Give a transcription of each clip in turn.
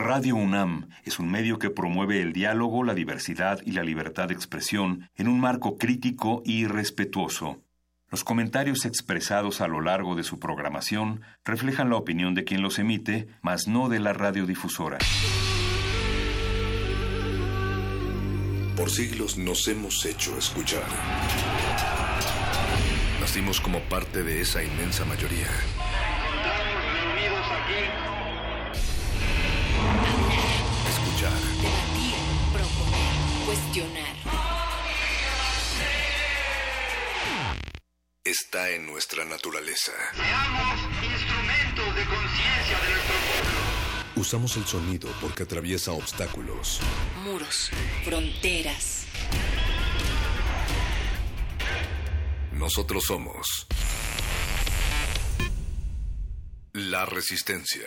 Radio UNAM es un medio que promueve el diálogo, la diversidad y la libertad de expresión en un marco crítico y respetuoso. Los comentarios expresados a lo largo de su programación reflejan la opinión de quien los emite, mas no de la radiodifusora. Por siglos nos hemos hecho escuchar. Nacimos como parte de esa inmensa mayoría. Estamos reunidos aquí. Escuchar. Debatir, proponer, cuestionar. Está en nuestra naturaleza. Seamos instrumentos de conciencia de nuestro pueblo. Usamos el sonido porque atraviesa obstáculos, Muros, fronteras. Nosotros somos la Resistencia.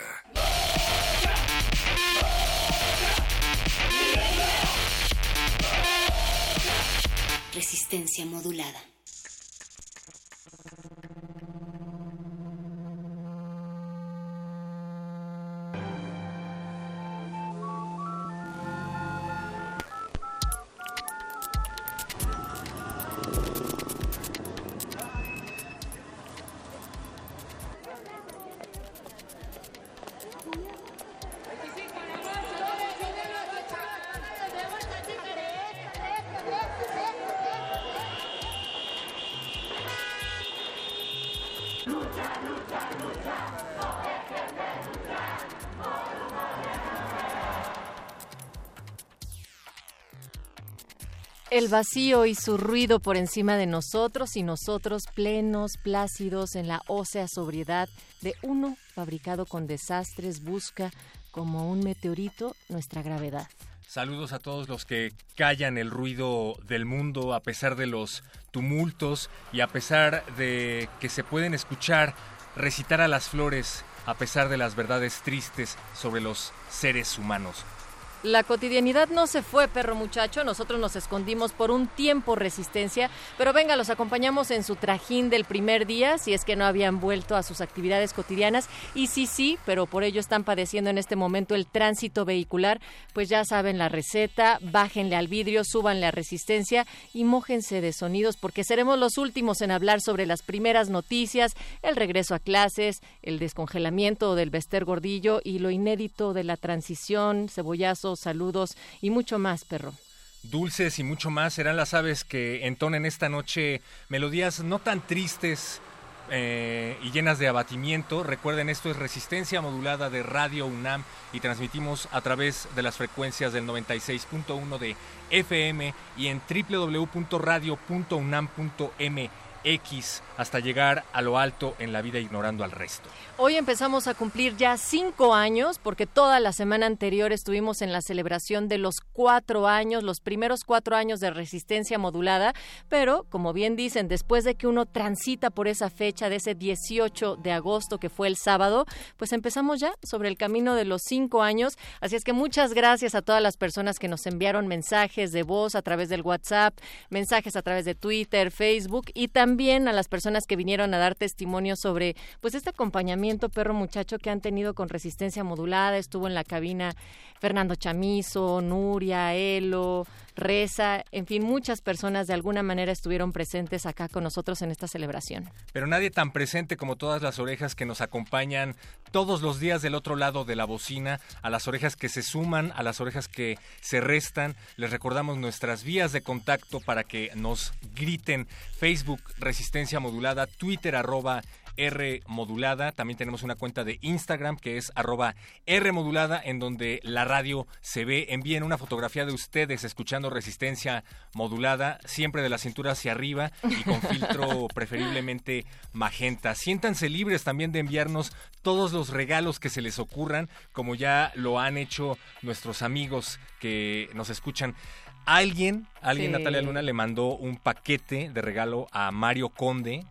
Resistencia modulada. El vacío y su ruido por encima de nosotros y nosotros plenos, plácidos en la ósea sobriedad de uno fabricado con desastres busca como un meteorito nuestra gravedad. Saludos a todos los que callan el ruido del mundo a pesar de los tumultos y a pesar de que se pueden escuchar recitar a las flores a pesar de las verdades tristes sobre los seres humanos. La cotidianidad no se fue, perro muchacho. Nosotros nos escondimos por un tiempo, Resistencia. Pero venga, los acompañamos en su trajín del primer día, si es que no habían vuelto a sus actividades cotidianas. Y sí, pero por ello están padeciendo en este momento el tránsito vehicular. Pues ya saben la receta, bájenle al vidrio, súbanle a Resistencia y mójense de sonidos, porque seremos los últimos en hablar sobre las primeras noticias, el regreso a clases, el descongelamiento del Bester Gordillo y lo inédito de la transición, cebollazo, saludos y mucho más, perro. Dulces y mucho más serán las aves que entonen esta noche melodías no tan tristes y llenas de abatimiento. Recuerden, esto es Resistencia Modulada de Radio UNAM y transmitimos a través de las frecuencias del 96.1 de FM y en www.radio.unam.mx hasta llegar a lo alto en la vida ignorando al resto. Hoy empezamos a cumplir ya 5 años, porque toda la semana anterior estuvimos en la celebración de los 4 años, los primeros 4 años de Resistencia Modulada, pero, como bien dicen, después de que uno transita por esa fecha de ese 18 de agosto, que fue el sábado, pues empezamos ya sobre el camino de los 5 años, así es que muchas gracias a todas las personas que nos enviaron mensajes de voz a través del WhatsApp, mensajes a través de Twitter, Facebook, y también a las personas que vinieron a dar testimonio sobre, pues, este acompañamiento, perro muchacho, que han tenido con Resistencia Modulada. Estuvo en la cabina Fernando Chamizo, Nuria, Elo, Reza, en fin, muchas personas de alguna manera estuvieron presentes acá con nosotros en esta celebración. Pero nadie tan presente como todas las orejas que nos acompañan todos los días del otro lado de la bocina, a las orejas que se suman, a las orejas que se restan. Les recordamos nuestras vías de contacto para que nos griten: Facebook Resistencia Modulada, Twitter @Rmodulada, también tenemos una cuenta de Instagram que es @Rmodulada, en donde la radio se ve. Envíen una fotografía de ustedes escuchando Resistencia Modulada, siempre de la cintura hacia arriba y con filtro preferiblemente magenta. Siéntanse libres también de enviarnos todos los regalos que se les ocurran, como ya lo han hecho nuestros amigos que nos escuchan. Alguien, Sí. Natalia Luna, le mandó un paquete de regalo a Mario Conde.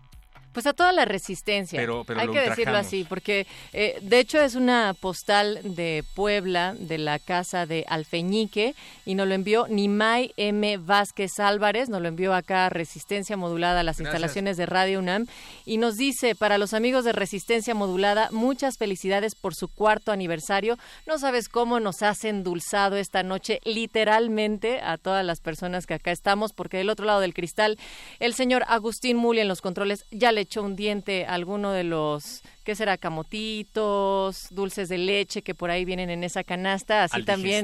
Pues a toda la resistencia, pero hay que decirlo así, porque de hecho es una postal de Puebla, de la casa de Alfeñique, y nos lo envió Nimay M. Vázquez Álvarez, nos lo envió acá Resistencia Modulada a las instalaciones de Radio UNAM, y nos dice, para los amigos de Resistencia Modulada, muchas felicidades por su 4º aniversario. No sabes cómo nos has endulzado esta noche, literalmente, a todas las personas que acá estamos, porque del otro lado del cristal, el señor Agustín Muli en los controles ya le echó un diente a alguno de los, ¿qué será? Camotitos, dulces de leche que por ahí vienen en esa canasta, así también,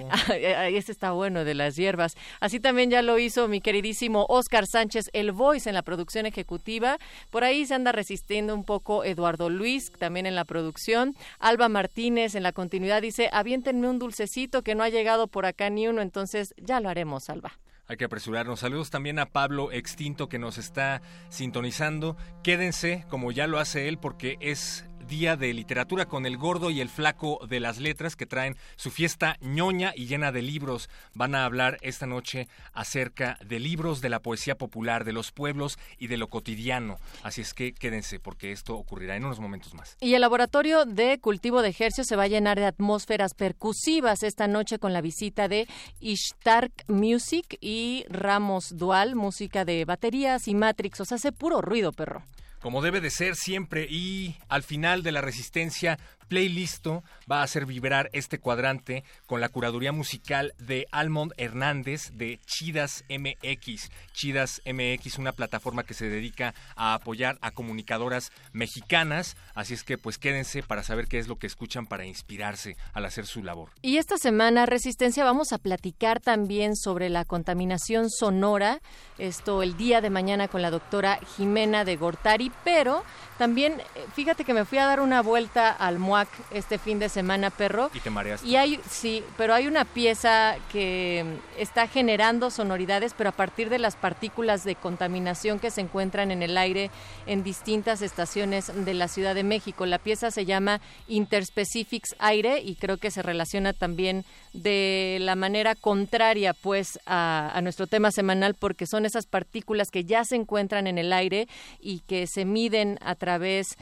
ese está bueno, de las hierbas, así también ya lo hizo mi queridísimo Óscar Sánchez, el Voice, en la producción ejecutiva. Por ahí se anda resistiendo un poco Eduardo Luis, también en la producción. Alba Martínez en la continuidad dice, aviéntenme un dulcecito que no ha llegado por acá ni uno, entonces ya lo haremos, Alba. Hay que apresurarnos. Saludos también a Pablo Extinto, que nos está sintonizando. Quédense, como ya lo hace él, porque es Día de Literatura con el Gordo y el Flaco de las Letras, que traen su fiesta ñoña y llena de libros. Van a hablar esta noche acerca de libros, de la poesía popular, de los pueblos y de lo cotidiano. Así es que quédense, porque esto ocurrirá en unos momentos más. Y el Laboratorio de Cultivo de Ejercicios se va a llenar de atmósferas percusivas esta noche con la visita de Ishtark Music y Ramos Dual, música de baterías y Matrix. O sea, hace puro ruido, perro. Como debe de ser siempre, y al final de la Resistencia Playlisto va a hacer vibrar este cuadrante con la curaduría musical de Almond Hernández de Chidas MX. Chidas MX, una plataforma que se dedica a apoyar a comunicadoras mexicanas, así es que pues quédense para saber qué es lo que escuchan para inspirarse al hacer su labor. Y esta semana, Resistencia, vamos a platicar también sobre la contaminación sonora, esto el día de mañana con la doctora Jimena de Gortari, pero también, fíjate que me fui a dar una vuelta al MUAC este fin de semana, perro. ¿Y te mareaste? Y sí, pero hay una pieza que está generando sonoridades, pero a partir de las partículas de contaminación que se encuentran en el aire en distintas estaciones de la Ciudad de México. La pieza se llama Interspecifics Aire y creo que se relaciona también de la manera contraria, pues, a nuestro tema semanal, porque son esas partículas que ya se encuentran en el aire y que se miden a través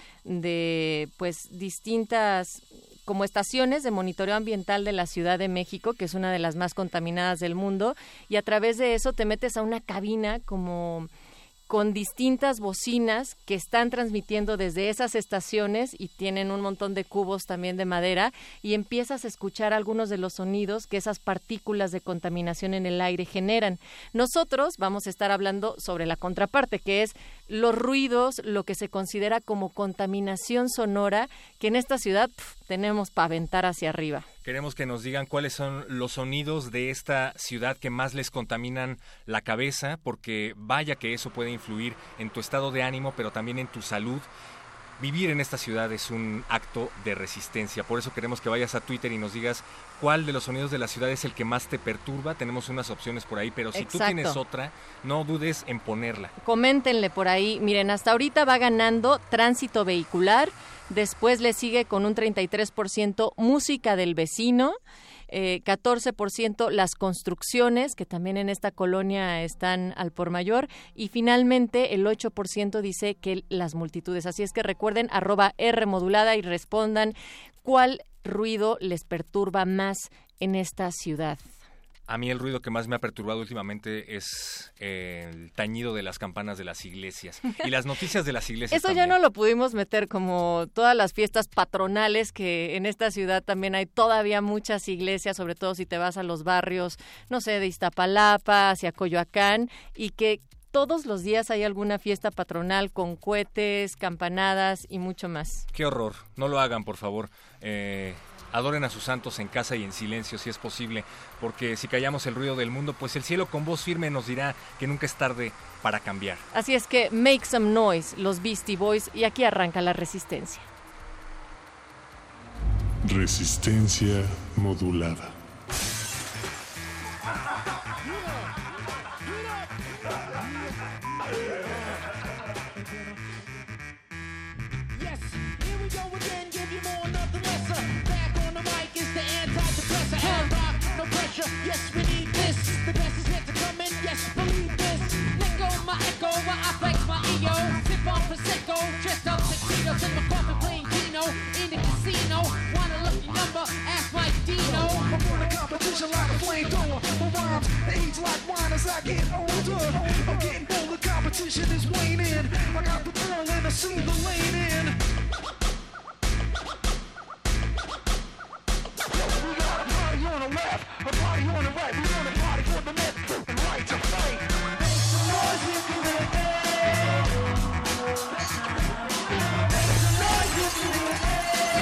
de, pues, distintas como estaciones de monitoreo ambiental de la Ciudad de México, que es una de las más contaminadas del mundo, y a través de eso te metes a una cabina como con distintas bocinas que están transmitiendo desde esas estaciones y tienen un montón de cubos también de madera y empiezas a escuchar algunos de los sonidos que esas partículas de contaminación en el aire generan. Nosotros vamos a estar hablando sobre la contraparte, que es los ruidos, lo que se considera como contaminación sonora, que en esta ciudad tenemos para aventar hacia arriba. Queremos que nos digan cuáles son los sonidos de esta ciudad que más les contaminan la cabeza, porque vaya que eso puede influir en tu estado de ánimo, pero también en tu salud. Vivir en esta ciudad es un acto de resistencia, por eso queremos que vayas a Twitter y nos digas cuál de los sonidos de la ciudad es el que más te perturba. Tenemos unas opciones por ahí, pero si tú tienes otra, no dudes en ponerla. Coméntenle por ahí. Miren, hasta ahorita va ganando Tránsito Vehicular, después le sigue con un 33% Música del Vecino, 14% las construcciones, que también en esta colonia están al por mayor, y finalmente el 8% dice que las multitudes. Así es que recuerden, @Rmodulada y respondan cuál ruido les perturba más en esta ciudad. A mí el ruido que más me ha perturbado últimamente es el tañido de las campanas de las iglesias y las noticias de las iglesias. Eso también. Ya no lo pudimos meter, como todas las fiestas patronales, que en esta ciudad también hay todavía muchas iglesias, sobre todo si te vas a los barrios, no sé, de Iztapalapa, hacia Coyoacán, y que todos los días hay alguna fiesta patronal con cohetes, campanadas y mucho más. ¡Qué horror! No lo hagan, por favor. Adoren a sus santos en casa y en silencio, si es posible, porque si callamos el ruido del mundo, pues el cielo con voz firme nos dirá que nunca es tarde para cambiar. Así es que make some noise, los Beastie Boys, y aquí arranca la resistencia. Resistencia modulada. Yes, we need this. The best is yet to come in. Yes, believe this. Let go my echo while I flex my ego. Sip on percent. Bottles in my coffin playing Keno in the casino. Want a lucky number? Ask Mike Dino. I'm running competition like a flamethrower. My rhymes age like wine as I get older. I'm getting bolder, competition is waning. I got the ball and I see the lane in. We got a party on the left, a party on the right. We want a party for the left, the right to fight. Make some noise if you do it. Make some noise if you do it.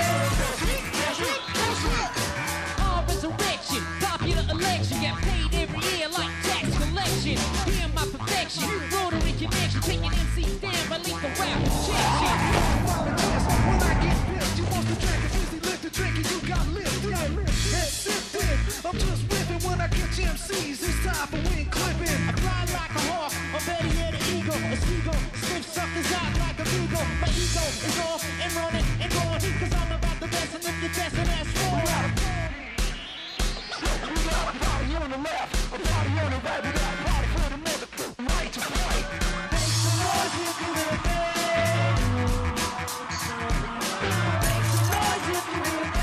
Our resurrection, popular election, get paid every year like tax collection. Hear my perfection, rotary connection, taking MCs down by lethal rap injection. When I get pissed, you want to drink a fizzy liquor, drink and you got lifted and sifted. I'm just whipping when I catch MCs. It's time for wing clipping. I fly like a hawk, or better yet an eagle, a seagull, sniff suckers out like a beagle. My ego is off and running and going, cause I'm about the best, and if you're testing, that's wrong. We got a party on the left, a party on the right. We got a party for the middle, right to fight. Make some noise if you do it. Make some noise if you do it.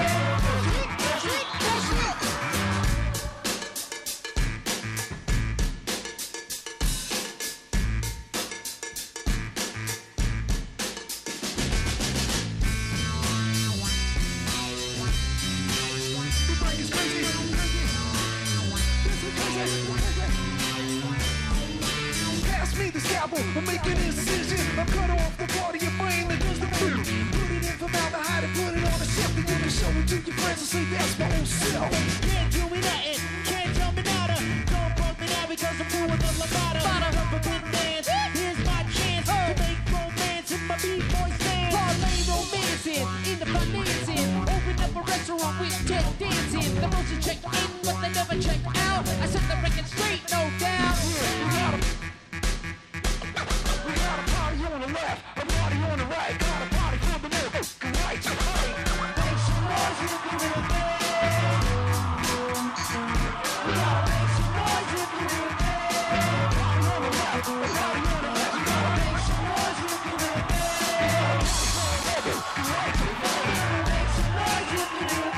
Pass me the scalpel, I'm making an incision. I'm cut off the part of your brain that does the food. Put it in formaldehyde and put it on a shelf. And you can show it to your friends and say that's my own self. Can't do me nothing, can't tell me nada. Don't bug me now because I'm doing the lambada. Rubber band dance, here's my chance to make romance in my B-boy stand. Parlay romancing in the financing. Open up a restaurant with tech dancing. The most check in, but they never check out. I set the record straight, no doubt. We got a party on the left, a party on the right. Got a party for the middle, right to fight. Make some noise if you do it. We gotta make some noise if you do it. Party on the left, a party on the right. We gotta make some noise if you do it. Right to fight. Make some noise if you do it.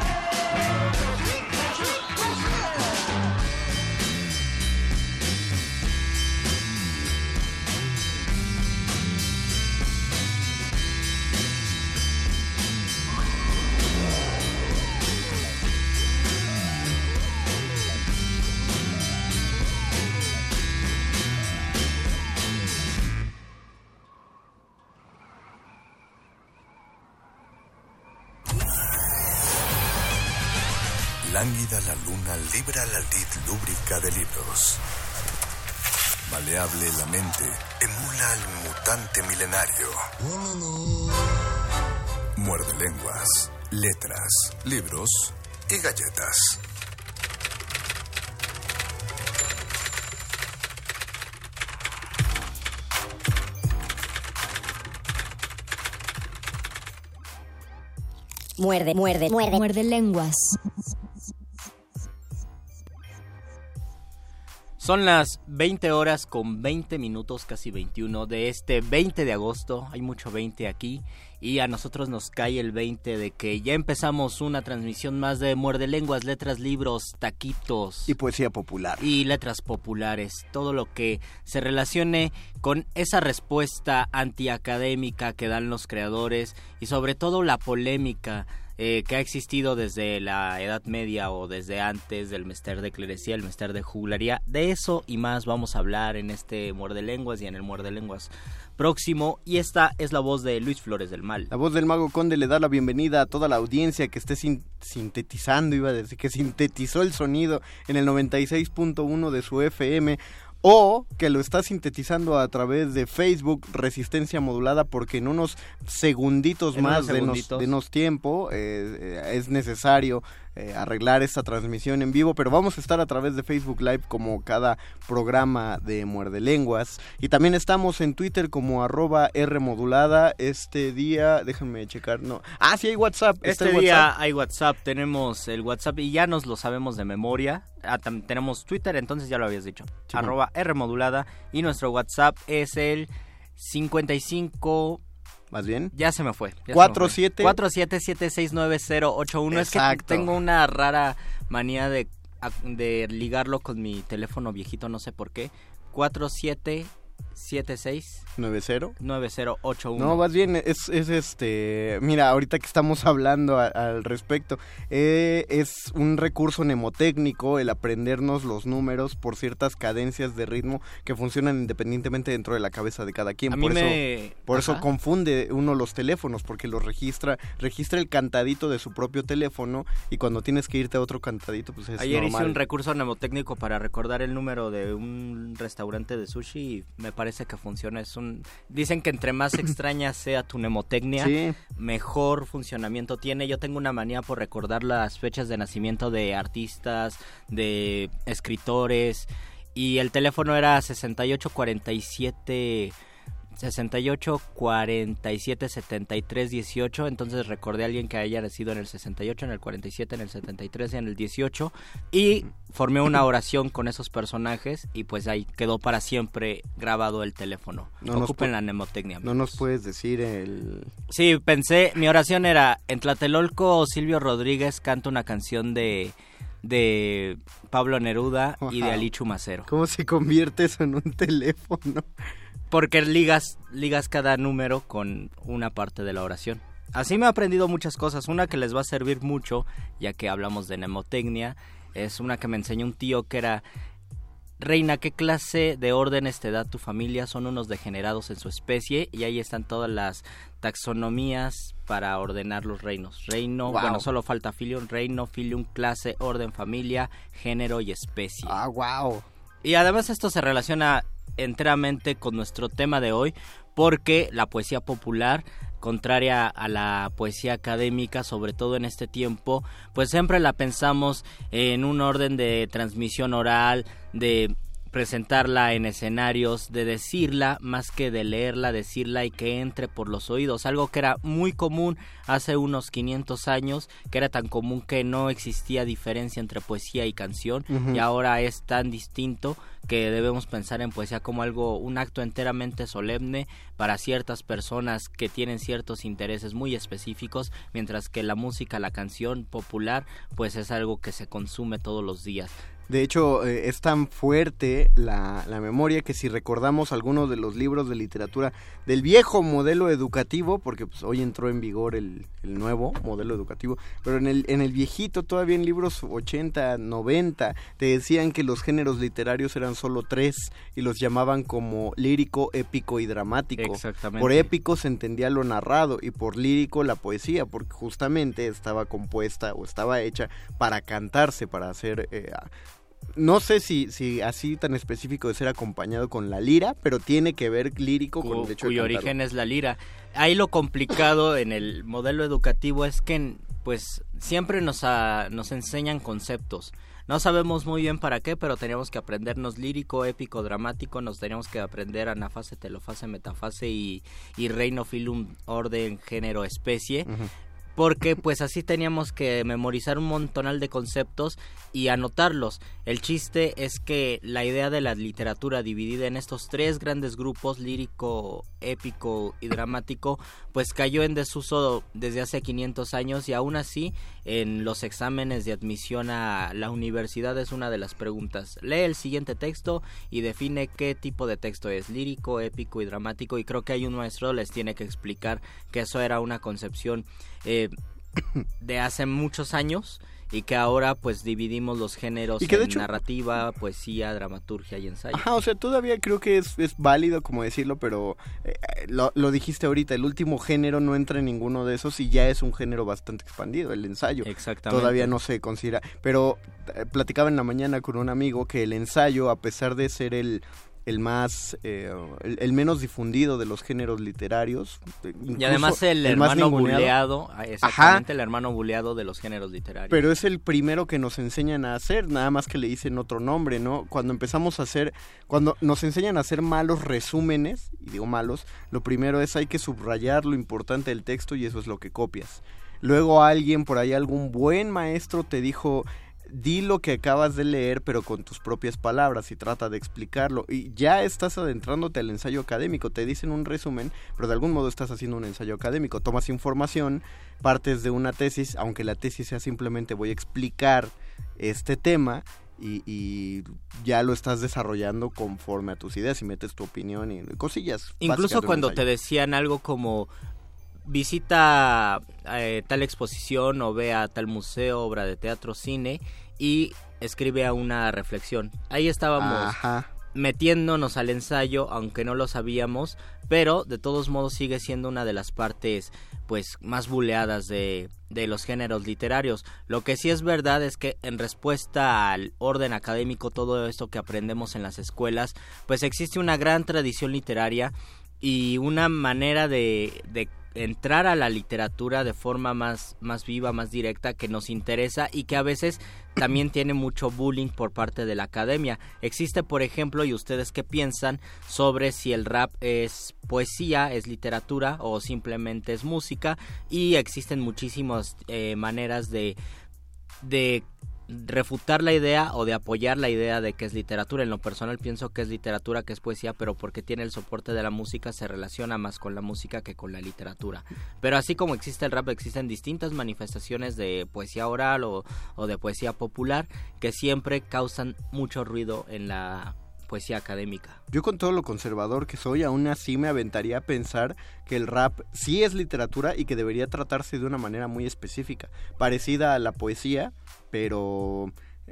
Lánguida la luna libra la lid lúbrica de libros. Maleable la mente emula al mutante milenario. Muerde lenguas, letras, libros y galletas. Muerde lenguas. Son las 20 horas con 20 minutos, casi 21, de este 20 de agosto. Hay mucho 20 aquí y a nosotros nos cae el 20 de que ya empezamos una transmisión más de Muerde Lenguas, letras, libros, taquitos. Y poesía popular. Y letras populares, todo lo que se relacione con esa respuesta antiacadémica que dan los creadores y sobre todo la polémica que ha existido desde la Edad Media o desde antes del Mester de Clerecía, el Mester de Juglaría. De eso y más vamos a hablar en este Muerde Lenguas y en el Muerde Lenguas próximo. Y esta es la voz de Luis Flores del Mal. La voz del Mago Conde le da la bienvenida a toda la audiencia que esté sintetizando, iba a decir, que sintetizó el sonido en el 96.1 de su FM. O que lo está sintetizando a través de Facebook, Resistencia Modulada, porque en unos segunditos más denos tiempo, es necesario arreglar esta transmisión en vivo, pero vamos a estar a través de Facebook Live como cada programa de Muerde Lenguas, y también estamos en Twitter como @Rmodulada. Este día, déjame checar, sí hay WhatsApp. Este día hay WhatsApp, tenemos el WhatsApp y ya nos lo sabemos de memoria. Tenemos Twitter, entonces ya lo habías dicho, sí, @Rmodulada, y nuestro WhatsApp es el 55 ¿Más bien? Ya se me fue. 47-769081. Es que tengo una rara manía de ligarlo con mi teléfono viejito, no sé por qué. 47769081. No, más bien es mira, ahorita que estamos hablando al respecto, es un recurso mnemotécnico el aprendernos los números por ciertas cadencias de ritmo que funcionan independientemente dentro de la cabeza de cada quien. Por eso confunde uno los teléfonos, porque los registra el cantadito de su propio teléfono, y cuando tienes que irte a otro cantadito, pues es Ayer normal. hice un recurso mnemotécnico para recordar el número de un restaurante de sushi y me parece que funciona. Dicen que entre más extraña sea tu mnemotecnia, sí, mejor funcionamiento tiene. Yo tengo una manía por recordar las fechas de nacimiento de artistas, de escritores, y el teléfono era 6847-7318, entonces recordé a alguien que haya nacido en el 68, en el 47, en el 73 y en el 18, y formé una oración con esos personajes, y pues ahí quedó para siempre grabado el teléfono. Ocupen la mnemotecnia, amigos. ¿No nos puedes decir el...? Sí, mi oración era: en Tlatelolco Silvio Rodríguez canta una canción de Pablo Neruda y de Ali Chumacero. ¿Cómo se convierte eso en un teléfono? Porque ligas cada número con una parte de la oración. Así me he aprendido muchas cosas. Una que les va a servir mucho, ya que hablamos de mnemotecnia, es una que me enseñó un tío que era: reina, ¿qué clase de órdenes te da tu familia? Son unos degenerados en su especie, y ahí están todas las taxonomías para ordenar los reinos. Reino, wow. Bueno, solo falta filium, reino, filium, clase, orden, familia, género y especie. Ah, wow. Y además esto se relaciona enteramente con nuestro tema de hoy, porque la poesía popular, contraria a la poesía académica, sobre todo en este tiempo, pues siempre la pensamos en un orden de transmisión oral, de presentarla en escenarios, de decirla más que de leerla, decirla y que entre por los oídos, algo que era muy común hace unos 500 años, que era tan común que no existía diferencia entre poesía y canción, y ahora es tan distinto que debemos pensar en poesía como un acto enteramente solemne para ciertas personas que tienen ciertos intereses muy específicos, mientras que la música, la canción popular, pues es algo que se consume todos los días. De hecho, es tan fuerte la memoria que si recordamos algunos de los libros de literatura del viejo modelo educativo, porque pues hoy entró en vigor el nuevo modelo educativo, pero en el viejito, todavía en libros 80, 90, te decían que los géneros literarios eran solo 3 y los llamaban como lírico, épico y dramático. Exactamente. Por épico se entendía lo narrado y por lírico la poesía, porque justamente estaba compuesta o estaba hecha para cantarse, para hacer... no sé si así tan específico de ser acompañado con la lira, pero tiene que ver lírico con el hecho de cuyo cantarlo. origen es la lira. Ahí lo complicado en el modelo educativo es que pues siempre nos enseñan conceptos. No sabemos muy bien para qué, pero teníamos que aprendernos lírico, épico, dramático, nos teníamos que aprender anafase, telofase, metafase y reino, filum, orden, género, especie. Porque pues así teníamos que memorizar un montonal de conceptos y anotarlos. El chiste es que la idea de la literatura dividida en estos 3 grandes grupos, lírico, épico y dramático, pues cayó en desuso desde hace 500 años, y aún así en los exámenes de admisión a la universidad es una de las preguntas: lee el siguiente texto y define qué tipo de texto es, lírico, épico y dramático, y creo que hay un maestro les tiene que explicar que eso era una concepción de hace muchos años, y que ahora pues dividimos los géneros en hecho, narrativa, poesía, dramaturgia y ensayo. Ajá, o sea, todavía creo que es válido como decirlo, pero lo dijiste ahorita, el último género no entra en ninguno de esos y ya es un género bastante expandido, el ensayo. Exactamente. Todavía no se considera, pero platicaba en la mañana con un amigo que el ensayo, a pesar de ser el menos difundido de los géneros literarios, y además el hermano buleado, exactamente. Ajá, el hermano buleado de los géneros literarios. Pero es el primero que nos enseñan a hacer, nada más que le dicen otro nombre, ¿no? Cuando nos enseñan a hacer malos resúmenes, y digo malos, lo primero es hay que subrayar lo importante del texto y eso es lo que copias. Luego alguien por ahí, algún buen maestro te dijo: di lo que acabas de leer, pero con tus propias palabras y trata de explicarlo. Y ya estás adentrándote al ensayo académico. Te dicen un resumen, pero de algún modo estás haciendo un ensayo académico. Tomas información, partes de una tesis, aunque la tesis sea simplemente voy a explicar este tema, y ya lo estás desarrollando conforme a tus ideas y metes tu opinión y cosillas. Incluso cuando te decían algo como visita tal exposición o ve a tal museo, obra de teatro, cine y escribe a una reflexión. Ahí estábamos metiéndonos al ensayo, aunque no lo sabíamos, pero de todos modos sigue siendo una de las partes pues más buleadas de los géneros literarios. Lo que sí es verdad es que en respuesta al orden académico, todo esto que aprendemos en las escuelas, pues existe una gran tradición literaria y una manera de entrar a la literatura de forma más viva, más directa, que nos interesa y que a veces también tiene mucho bullying por parte de la academia. Existe, por ejemplo, ¿y ustedes qué piensan sobre si el rap es poesía, es literatura o simplemente es música? Y existen muchísimas maneras de refutar la idea o de apoyar la idea de que es literatura. En lo personal pienso que es literatura, que es poesía, pero porque tiene el soporte de la música se relaciona más con la música que con la literatura. Pero así como existe el rap, existen distintas manifestaciones de poesía oral o de poesía popular que siempre causan mucho ruido en la poesía académica. Yo, con todo lo conservador que soy, aún así me aventaría a pensar que el rap sí es literatura y que debería tratarse de una manera muy específica, parecida a la poesía, pero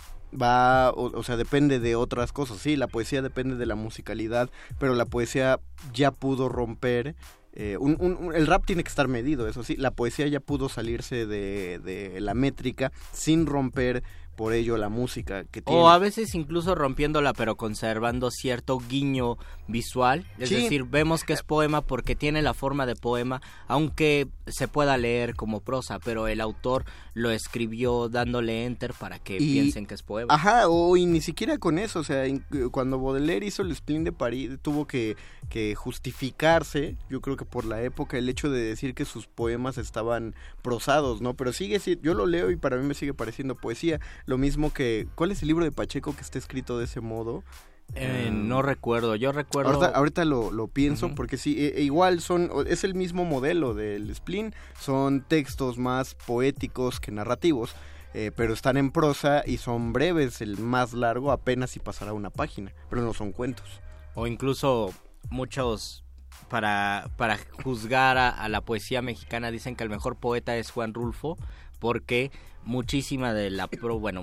o sea, depende de otras cosas. Sí, la poesía depende de la musicalidad, pero la poesía ya pudo romper. El rap tiene que estar medido, eso sí. La poesía ya pudo salirse de la métrica sin romper por ello la música que tiene. O a veces incluso rompiéndola, pero conservando cierto guiño visual. Es decir, vemos que es poema porque tiene la forma de poema, aunque se pueda leer como prosa, pero el autor lo escribió dándole enter para que piensen que es poema. Ajá, y ni siquiera con eso. O sea, cuando Baudelaire hizo el Spleen de París, tuvo que justificarse, yo creo que por la época, el hecho de decir que sus poemas estaban prosados, ¿no? Pero yo lo leo y para mí me sigue pareciendo poesía. Lo mismo que, ¿cuál es el libro de Pacheco que está escrito de ese modo? No recuerdo, yo recuerdo... Ahorita lo pienso, porque sí, igual es el mismo modelo del Spleen, son textos más poéticos que narrativos, pero están en prosa y son breves. El más largo apenas si pasará una página, pero no son cuentos. O incluso muchos, para juzgar a la poesía mexicana, dicen que el mejor poeta es Juan Rulfo, porque muchísima de la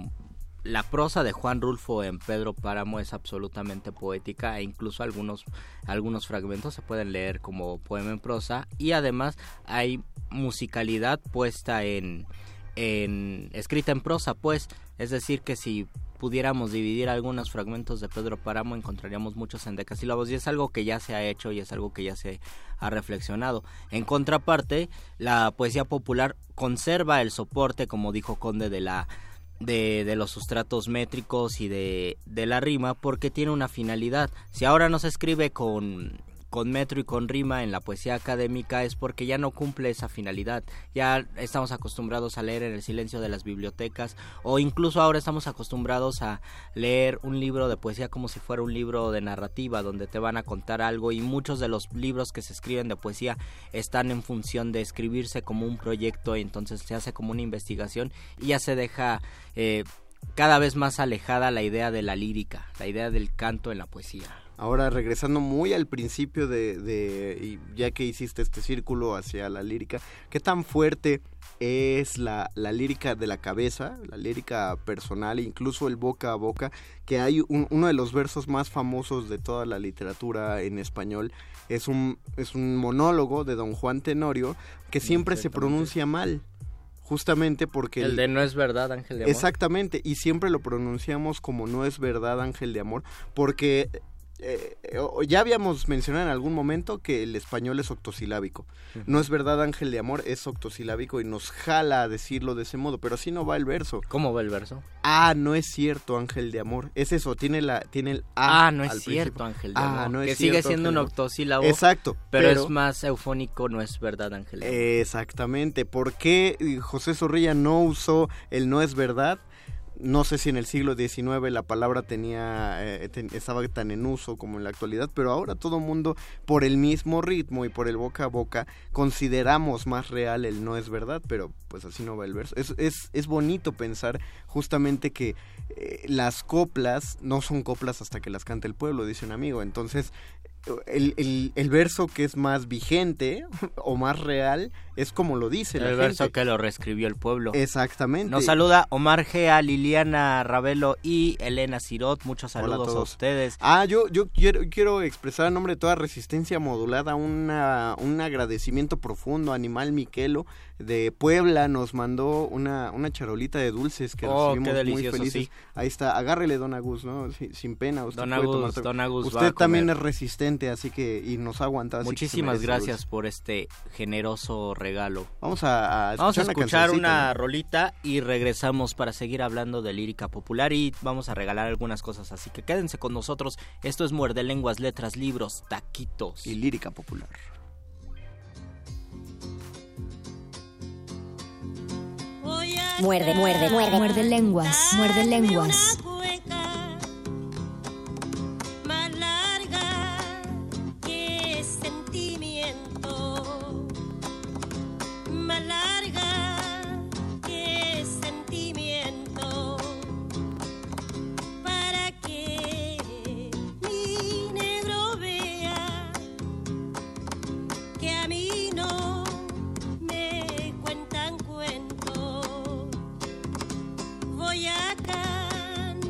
prosa de Juan Rulfo en Pedro Páramo es absolutamente poética, e incluso algunos fragmentos se pueden leer como poema en prosa, y además hay musicalidad puesta escrita en prosa, pues, es decir que si pudiéramos dividir algunos fragmentos de Pedro Páramo encontraríamos muchos endecasílabos, y es algo que ya se ha hecho y es algo que ya se ha reflexionado. En contraparte, la poesía popular conserva el soporte, como dijo Conde, de los sustratos métricos y de la rima, porque tiene una finalidad. Si ahora no se escribe con metro y con rima en la poesía académica, es porque ya no cumple esa finalidad. Ya estamos acostumbrados a leer en el silencio de las bibliotecas, o incluso ahora estamos acostumbrados a leer un libro de poesía como si fuera un libro de narrativa, donde te van a contar algo, y muchos de los libros que se escriben de poesía están en función de escribirse como un proyecto, y entonces se hace como una investigación y ya se deja cada vez más alejada la idea de la lírica, la idea del canto en la poesía. Ahora, regresando muy al principio y ya que hiciste este círculo hacia la lírica, ¿qué tan fuerte es la lírica de la cabeza, la lírica personal, incluso el boca a boca? Que hay uno de los versos más famosos de toda la literatura en español, es un monólogo de Don Juan Tenorio que siempre se pronuncia mal. Justamente porque... El de no es verdad, Ángel de Amor. Exactamente, y siempre lo pronunciamos como no es verdad, Ángel de Amor, porque... ya habíamos mencionado en algún momento que el español es octosilábico. No es verdad, Ángel de Amor es octosilábico y nos jala a decirlo de ese modo, pero así no va el verso. ¿Cómo va el verso? No es cierto, Ángel de Amor. Es eso, tiene el no es cierto, Ángel de Amor. No es que sigue siendo un octosílabo. Exacto. Pero es más eufónico, no es verdad, Ángel de Amor. Exactamente. ¿Por qué José Zorrilla no usó el no es verdad? no sé si en el siglo XIX la palabra estaba tan en uso como en la actualidad, pero ahora todo mundo, por el mismo ritmo y por el boca a boca, consideramos más real el no es verdad, pero pues así no va el verso. Es bonito pensar justamente que las coplas no son coplas hasta que las canta el pueblo, dice un amigo. Entonces el verso que es más vigente o más real es como lo dice la gente. El verso que lo reescribió el pueblo. Exactamente. Nos saluda Omar Gea, Liliana Ravelo y Elena Cirot. Muchos saludos a ustedes. Yo quiero expresar en nombre de toda Resistencia Modulada un agradecimiento profundo a Animal Miquelo de Puebla. Nos mandó una charolita de dulces que recibimos muy felices. Sí. Ahí está, agárrele, don Agus, ¿no? Sin pena. Usted Don Agus usted también es resistente, así que y nos ha aguantado. Muchísimas gracias por este generoso regalo. Vamos a escuchar una rolita y regresamos para seguir hablando de lírica popular y vamos a regalar algunas cosas, así que quédense con nosotros. Esto es Muerde Lenguas, Letras, Libros, Taquitos y lírica popular. Muerde lenguas, muerde lenguas. Más larga que sentimiento, más larga que sentimiento, para que mi negro vea que a mí no me cuentan cuentos. Voy a cantar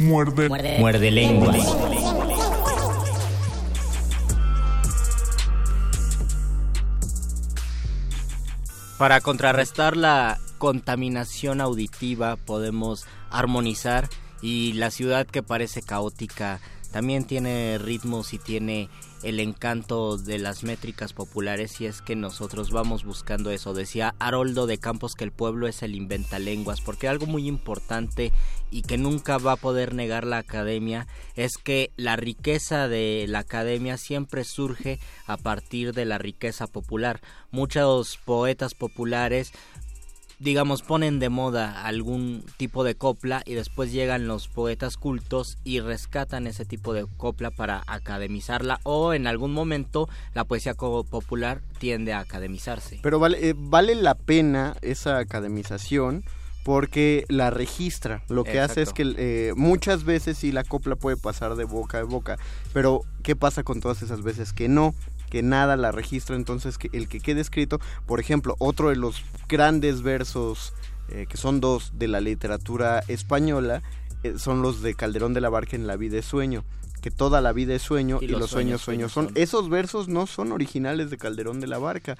Muerde lenguas. Para contrarrestar la contaminación auditiva podemos armonizar, y la ciudad, que parece caótica, también tiene ritmos y tiene el encanto de las métricas populares, y es que nosotros vamos buscando eso. Decía Haroldo de Campos que el pueblo es el inventalenguas, porque algo muy importante y que nunca va a poder negar la academia es que la riqueza de la academia siempre surge a partir de la riqueza popular. Muchos poetas populares, digamos, ponen de moda algún tipo de copla, y después llegan los poetas cultos y rescatan ese tipo de copla para academizarla, o en algún momento la poesía popular tiende a academizarse. Pero vale la pena esa academización porque la registra. Lo que hace es que muchas veces sí la copla puede pasar de boca a boca, pero ¿qué pasa con todas esas veces que no? Que nada la registra. Entonces que el que quede escrito, por ejemplo, otro de los grandes versos, que son dos de la literatura española, son los de Calderón de la Barca en La vida es sueño, que toda la vida es sueño y los sueños son. Esos versos no son originales de Calderón de la Barca.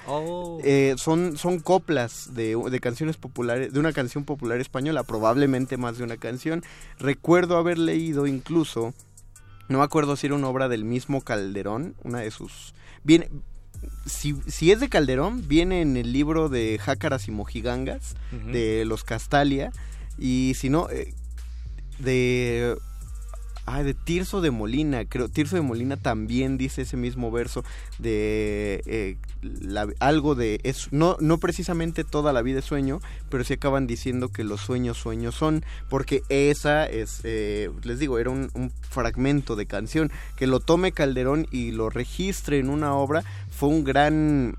Son coplas de canciones populares, de una canción popular española, probablemente más de una canción. Recuerdo haber leído incluso, no me acuerdo si era una obra del mismo Calderón, una de sus... Viene, si es de Calderón, viene en el libro de Jácaras y Mojigangas, de los Castalia, y si no, de Tirso de Molina, creo. Tirso de Molina también dice ese mismo verso de algo de eso, no precisamente toda la vida es sueño, pero sí acaban diciendo que los sueños son, porque esa es, les digo, era un fragmento de canción. Que lo tome Calderón y lo registre en una obra fue un gran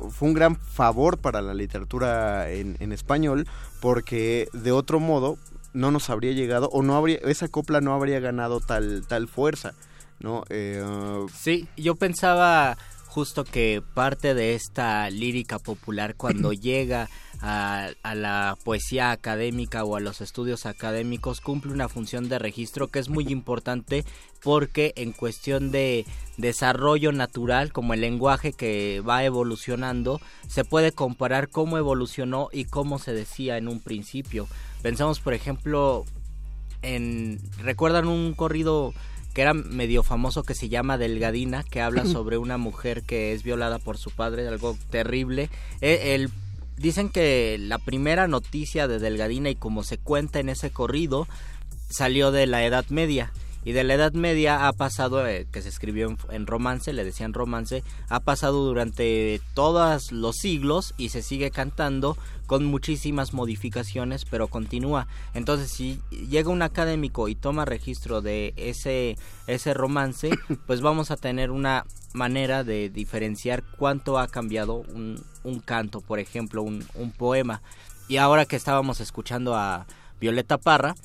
favor para la literatura en español, porque de otro modo no nos habría llegado, o no habría, esa copla no habría ganado tal fuerza, ¿no? Sí, yo pensaba justo que parte de esta lírica popular, cuando llega a la poesía académica o a los estudios académicos, cumple una función de registro que es muy importante, porque en cuestión de desarrollo natural, como el lenguaje que va evolucionando, se puede comparar cómo evolucionó y cómo se decía en un principio. Pensamos, por ejemplo, ¿recuerdan un corrido que era medio famoso que se llama Delgadina, que habla sobre una mujer que es violada por su padre, algo terrible? Dicen que la primera noticia de Delgadina, y como se cuenta en ese corrido, salió de la Edad Media. Y de la Edad Media ha pasado, que se escribió en romance, le decían romance, ha pasado durante todos los siglos y se sigue cantando con muchísimas modificaciones, pero continúa. Entonces, si llega un académico y toma registro de ese romance, pues vamos a tener una manera de diferenciar cuánto ha cambiado un canto, por ejemplo, un poema. Y ahora que estábamos escuchando a Violeta Parra,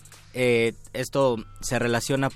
esto se relaciona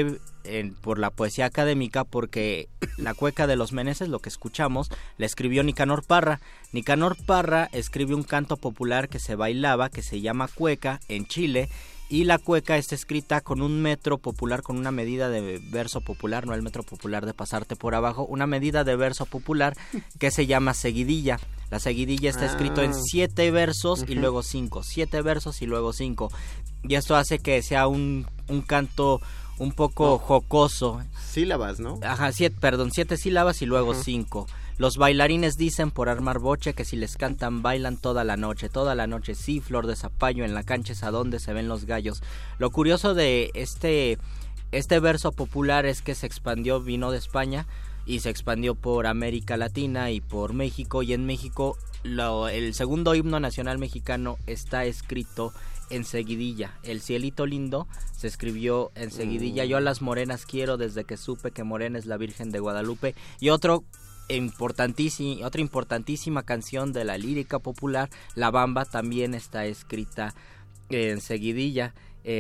por la poesía académica, porque la cueca de los Meneses, lo que escuchamos, la escribió Nicanor Parra. Nicanor Parra escribe un canto popular que se bailaba, que se llama cueca, en Chile, y la cueca está escrita con un metro popular, con una medida de verso popular, no el metro popular de pasarte por abajo, una medida de verso popular que se llama seguidilla. La seguidilla está escrito en 7 versos y luego 5, 7 versos y luego 5. Y esto hace que sea un canto un poco jocoso. Sílabas, ¿no? Ajá, 7 sílabas y luego 5. Los bailarines dicen por armar boche que si les cantan bailan toda la noche sí, flor de zapallo, en la cancha es a donde se ven los gallos. Lo curioso de este verso popular es que se expandió, vino de España y se expandió por América Latina y por México, y en México el segundo himno nacional mexicano está escrito en seguidilla. El cielito lindo se escribió en seguidilla. Yo a las morenas quiero desde que supe que morena es la Virgen de Guadalupe. Y otra importantísima canción de la lírica popular, La Bamba, también está escrita en seguidilla.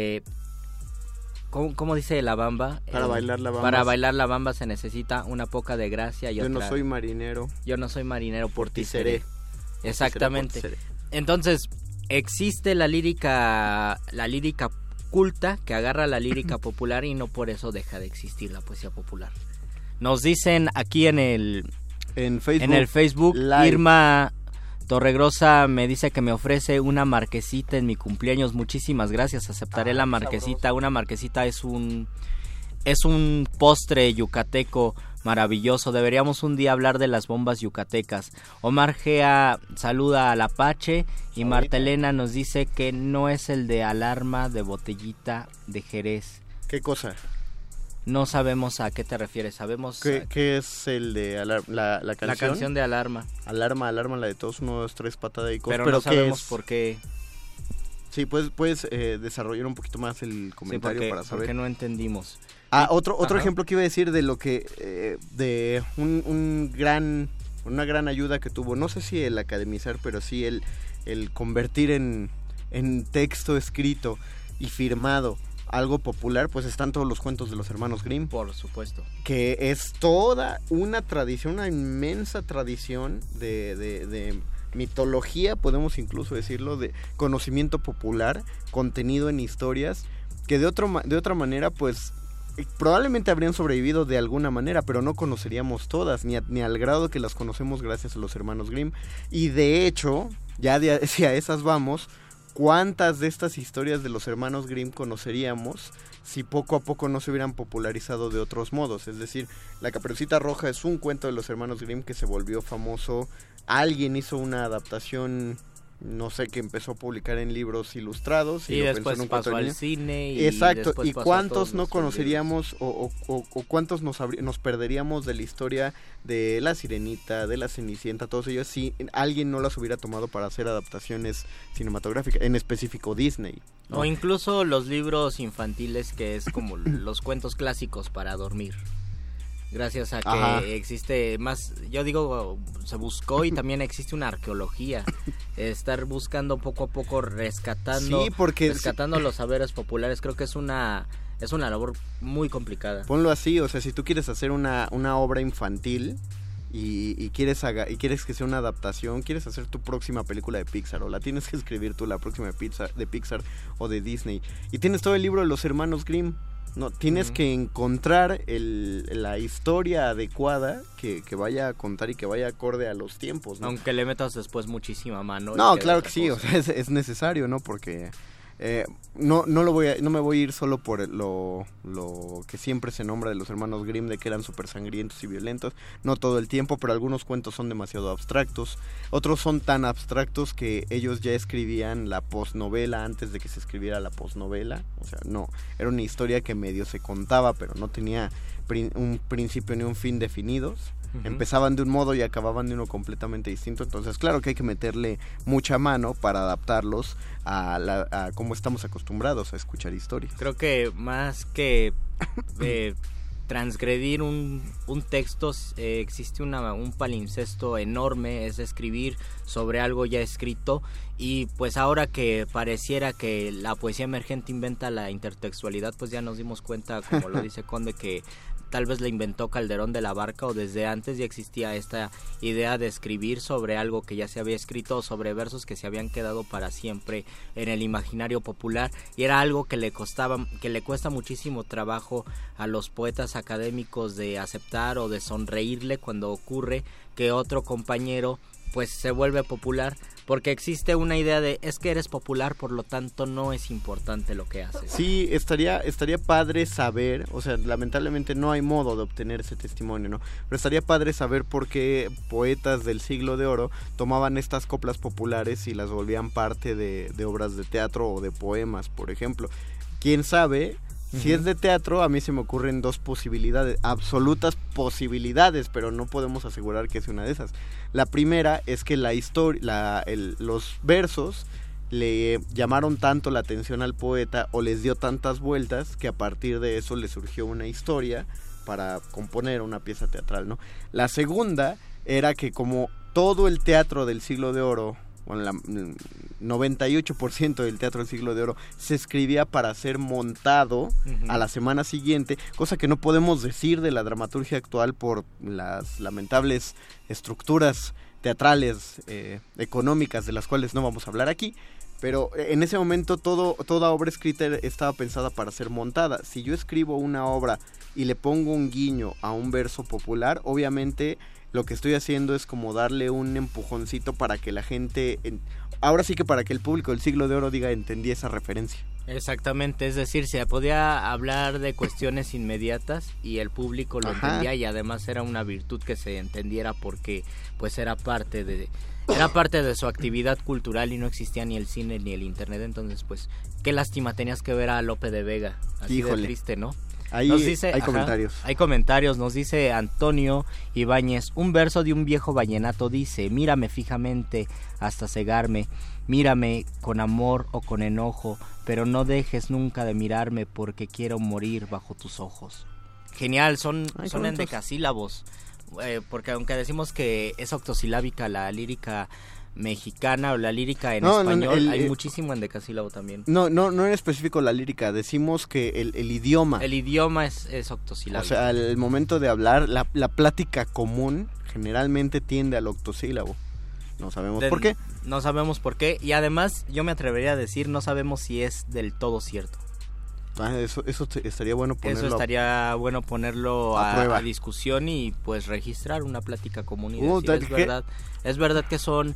¿Cómo dice La Bamba? Para bailar la bamba. Para bailar la bamba se necesita una poca de gracia y Yo otra. no soy marinero. Yo no soy marinero, por ti seré. Por Exactamente. ti seré. Entonces, existe la lírica culta que agarra la lírica popular y no por eso deja de existir la poesía popular. Nos dicen aquí en el Facebook Live. Irma Torregrosa me dice que me ofrece una marquesita en mi cumpleaños. Muchísimas gracias, aceptaré la marquesita. Sabroso. Una marquesita es un postre yucateco maravilloso. Deberíamos un día hablar de las bombas yucatecas. Omar Gea saluda al Apache y Marta Elena nos dice que no es el de alarma de botellita de Jerez. ¿Qué cosa? No sabemos a qué te refieres. Sabemos ¿Qué es el de la canción? La canción de alarma. Alarma, la de todos, 1, 2, 3, patada y cosas. Pero no sabemos por qué. Sí, puedes desarrollar un poquito más el comentario para saber. Porque no entendimos. Otro ejemplo que iba a decir de lo que de una gran ayuda que tuvo, no sé si el academizar, pero sí el convertir en texto escrito y firmado algo popular, pues están todos los cuentos de los hermanos Grimm. Por supuesto. Que es toda una tradición, una inmensa tradición de mitología, podemos incluso decirlo, de conocimiento popular, contenido en historias, que de otra manera, pues probablemente habrían sobrevivido de alguna manera, pero no conoceríamos todas, ni al grado que las conocemos gracias a los hermanos Grimm. Y de hecho, ya si a esas vamos, ¿cuántas de estas historias de los hermanos Grimm conoceríamos si poco a poco no se hubieran popularizado de otros modos? Es decir, La Caperucita Roja es un cuento de los hermanos Grimm que se volvió famoso. Alguien hizo una adaptación, no sé, que empezó a publicar en libros ilustrados y después pasó al cine. Exacto, y cuántos no conoceríamos o cuántos nos perderíamos de la historia de La Sirenita, de La Cenicienta, todos ellos, si alguien no las hubiera tomado para hacer adaptaciones cinematográficas, en específico Disney, ¿no? O incluso los libros infantiles, que es como los cuentos clásicos para dormir. Gracias a que existe más, yo digo, se buscó y también existe una arqueología, estar buscando poco a poco rescatando los saberes populares. Creo que es una labor muy complicada. Ponlo así, o sea, si tú quieres hacer una obra infantil y quieres que sea una adaptación, quieres hacer tu próxima película de Pixar, o la tienes que escribir tú, la próxima de Pixar o de Disney, y tienes todo el libro de los hermanos Grimm. No, tienes que encontrar la historia adecuada que vaya a contar y que vaya acorde a los tiempos, ¿no? Aunque le metas después muchísima mano. No, claro que sí, o sea, es necesario, ¿no? Porque no me voy a ir solo por lo que siempre se nombra de los hermanos Grimm, de que eran súper sangrientos y violentos. No todo el tiempo, pero algunos cuentos son demasiado abstractos. Otros son tan abstractos que ellos ya escribían la posnovela antes de que se escribiera la posnovela. O sea, no, era una historia que medio se contaba, pero no tenía un principio ni un fin definidos. Empezaban de un modo y acababan de uno completamente distinto. Entonces, claro que hay que meterle mucha mano para adaptarlos a cómo estamos acostumbrados a escuchar historias. Creo que más que transgredir un texto, existe un palimpsesto enorme, es escribir sobre algo ya escrito. Y pues ahora que pareciera que la poesía emergente inventa la intertextualidad, pues ya nos dimos cuenta, como lo dice Conde, que tal vez la inventó Calderón de la Barca, o desde antes ya existía esta idea de escribir sobre algo que ya se había escrito, o sobre versos que se habían quedado para siempre en el imaginario popular, y era algo que le cuesta muchísimo trabajo a los poetas académicos de aceptar o de sonreírle cuando ocurre que otro compañero pues se vuelve popular, porque existe una idea de es que eres popular, por lo tanto no es importante lo que haces. Sí, estaría padre saber, o sea, lamentablemente no hay modo de obtener ese testimonio, ¿no? Pero estaría padre saber por qué poetas del siglo de oro tomaban estas coplas populares y las volvían parte de obras de teatro o de poemas, por ejemplo. ¿Quién sabe? Si es de teatro, a mí se me ocurren dos posibilidades, absolutas posibilidades, pero no podemos asegurar que sea una de esas. La primera es que los versos le llamaron tanto la atención al poeta o les dio tantas vueltas que a partir de eso le surgió una historia para componer una pieza teatral, ¿no? La segunda era que como todo el teatro del siglo de oro, bueno, el 98% del teatro del siglo de oro se escribía para ser montado a la semana siguiente, cosa que no podemos decir de la dramaturgia actual por las lamentables estructuras teatrales económicas de las cuales no vamos a hablar aquí, Pero en ese momento toda obra escrita estaba pensada para ser montada. Si yo escribo una obra y le pongo un guiño a un verso popular, obviamente lo que estoy haciendo es como darle un empujoncito para que la gente, ahora sí que para que el público del Siglo de Oro entendí esa referencia. Exactamente, es decir, se podía hablar de cuestiones inmediatas y el público lo entendía, y además era una virtud que se entendiera porque pues era parte de su actividad cultural y no existía ni el cine ni el internet. Entonces pues qué lástima, tenías que ver a Lope de Vega, así de triste, ¿no? Ahí hay comentarios. Hay comentarios, nos dice Antonio Ibáñez, un verso de un viejo vallenato dice: mírame fijamente hasta cegarme, mírame con amor o con enojo, pero no dejes nunca de mirarme porque quiero morir bajo tus ojos. Genial, son endecasílabos, porque aunque decimos que es octosilábica la lírica mexicana o la lírica en español, hay muchísimo endecasílabo también. No en específico la lírica, decimos que el idioma. El idioma es octosilábico. O sea, al momento de hablar, la plática común generalmente tiende al octosílabo. No sabemos por qué. No sabemos por qué, y además yo me atrevería a decir, no sabemos si es del todo cierto. Eso estaría bueno ponerlo a discusión y pues registrar una plática común y decir, es verdad que son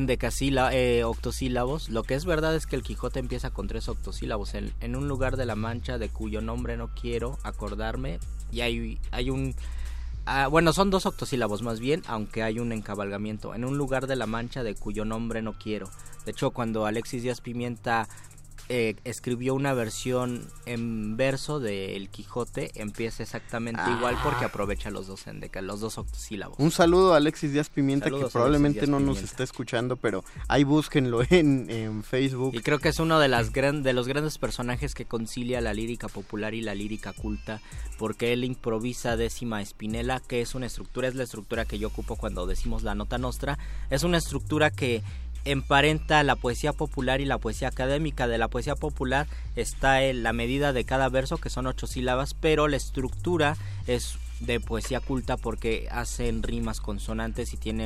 octosílabos. Lo que es verdad es que el Quijote empieza con 3 octosílabos, en un lugar de la Mancha de cuyo nombre no quiero acordarme, y hay un son 2 octosílabos más bien, aunque hay un encabalgamiento, en un lugar de la Mancha de cuyo nombre no quiero. De hecho, cuando Alexis Díaz Pimienta escribió una versión en verso de El Quijote, empieza exactamente igual porque aprovecha los dos octosílabos. Un saludo a Alexis Díaz Pimienta, que probablemente no nos está escuchando, pero ahí búsquenlo en Facebook. Y creo que es uno de los grandes personajes que concilia la lírica popular y la lírica culta, porque él improvisa décima espinela, que es la estructura que yo ocupo cuando decimos la nota nostra. Es una estructura que emparenta la poesía popular y la poesía académica. De la poesía popular está la medida de cada verso, que son 8 sílabas, pero la estructura es de poesía culta porque hacen rimas consonantes y tiene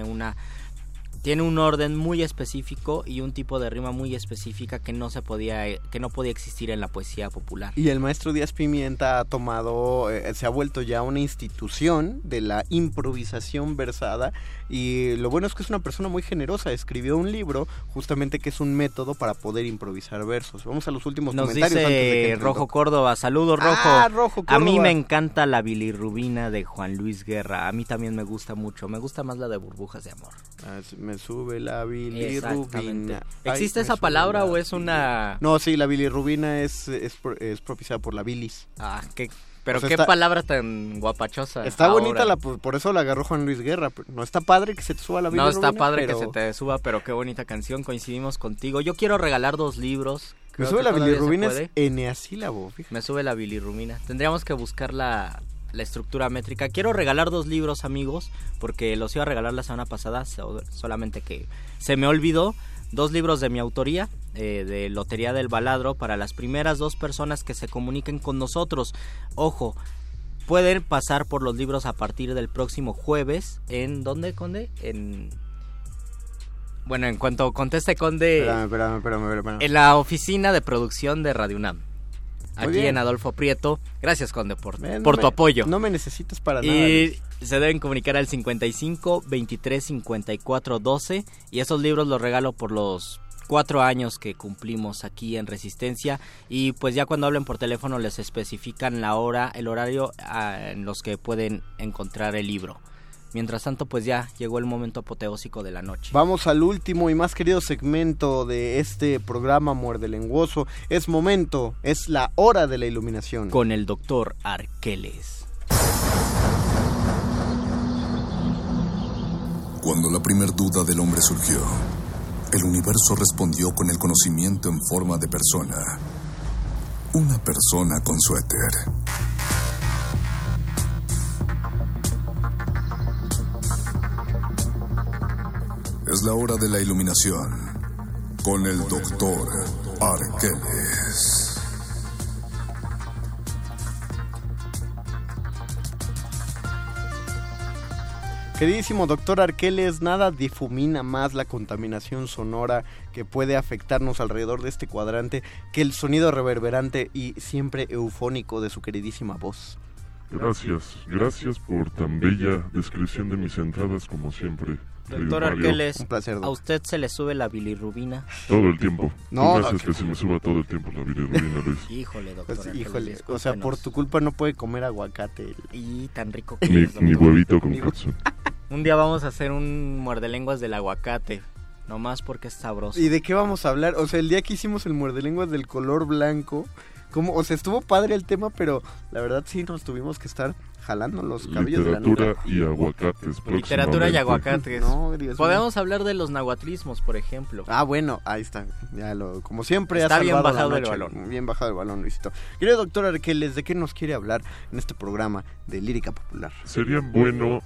un orden muy específico y un tipo de rima muy específica que no podía existir en la poesía popular. Y el maestro Díaz Pimienta se ha vuelto ya una institución de la improvisación versada, y lo bueno es que es una persona muy generosa. Escribió un libro justamente que es un método para poder improvisar versos. Vamos a los últimos comentarios. Nos dice Rojo Córdoba, saludos Rojo. Rojo Córdoba. A mí me encanta la bilirrubina de Juan Luis Guerra, a mí también me gusta mucho, me gusta más la de Burbujas de Amor. Me sube la bilirrubina. ¿Existe esa palabra o es una...? No, sí, la bilirrubina es propiciada por la bilis. Pero qué palabra tan guapachosa. Está bonita, por eso la agarró Juan Luis Guerra. No está padre que se te suba la bilirrubina. No está padre que se te suba, pero qué bonita canción, coincidimos contigo. Yo quiero regalar 2 libros. Me sube la bilirrubina, es eneasílabo, fíjate. Me sube la bilirrubina. Tendríamos que buscar la estructura métrica. Quiero regalar 2 libros, amigos, porque los iba a regalar la semana pasada, solamente que se me olvidó. 2 libros de mi autoría, de Lotería del Baladro, para las primeras 2 personas que se comuniquen con nosotros. Ojo, pueden pasar por los libros a partir del próximo jueves. ¿En dónde, Conde? Bueno, en cuanto conteste Conde... Espérame. En la oficina de producción de Radio UNAM. Aquí en Adolfo Prieto. Gracias, Conde, por tu apoyo. No me necesitas para nada. Y se deben comunicar al 55 23 54 12. Y esos libros los regalo por los 4 años que cumplimos aquí en Resistencia. Y pues ya cuando hablen por teléfono les especifican la hora, el horario en los que pueden encontrar el libro. Mientras tanto, pues ya llegó el momento apoteósico de la noche. Vamos al último y más querido segmento de este programa Muerde Lenguoso. Es la hora de la iluminación. Con el doctor Arqueles. Cuando la primer duda del hombre surgió, el universo respondió con el conocimiento en forma de persona. Una persona con su éter. Es la hora de la iluminación con el doctor Arqueles. Queridísimo doctor Arqueles, nada difumina más la contaminación sonora que puede afectarnos alrededor de este cuadrante que el sonido reverberante y siempre eufónico de su queridísima voz. Gracias por tan bella descripción de mis entradas como siempre. Doctor Arqueles, un placer, ¿a usted se le sube la bilirrubina? Todo el tiempo. No, Tú me haces que se me suba todo el tiempo la bilirrubina, Luis. Híjole, doctor Pues, Arqueles, híjole, o sea, por tu culpa no puede comer aguacate. Y tan rico que es, Ni doctor. huevito con katsu. Un día vamos a hacer un muerdelenguas del aguacate, nomás porque es sabroso. ¿Y de qué vamos a hablar? O sea, el día que hicimos el muerdelenguas del color blanco, o sea, estuvo padre el tema, pero la verdad sí nos tuvimos que estar jalando los cabellos de la nuca. Literatura y aguacates. Literatura y aguacates. No, Dios Podemos hablar de los nahuatlismos, por ejemplo. Ah, bueno, ahí está. Como siempre Está ha bien salvado bajado la el noche. balón. Bien bajado el balón, Luisito. Querido doctor Arqueles, ¿de qué nos quiere hablar en este programa de lírica popular? Sería bueno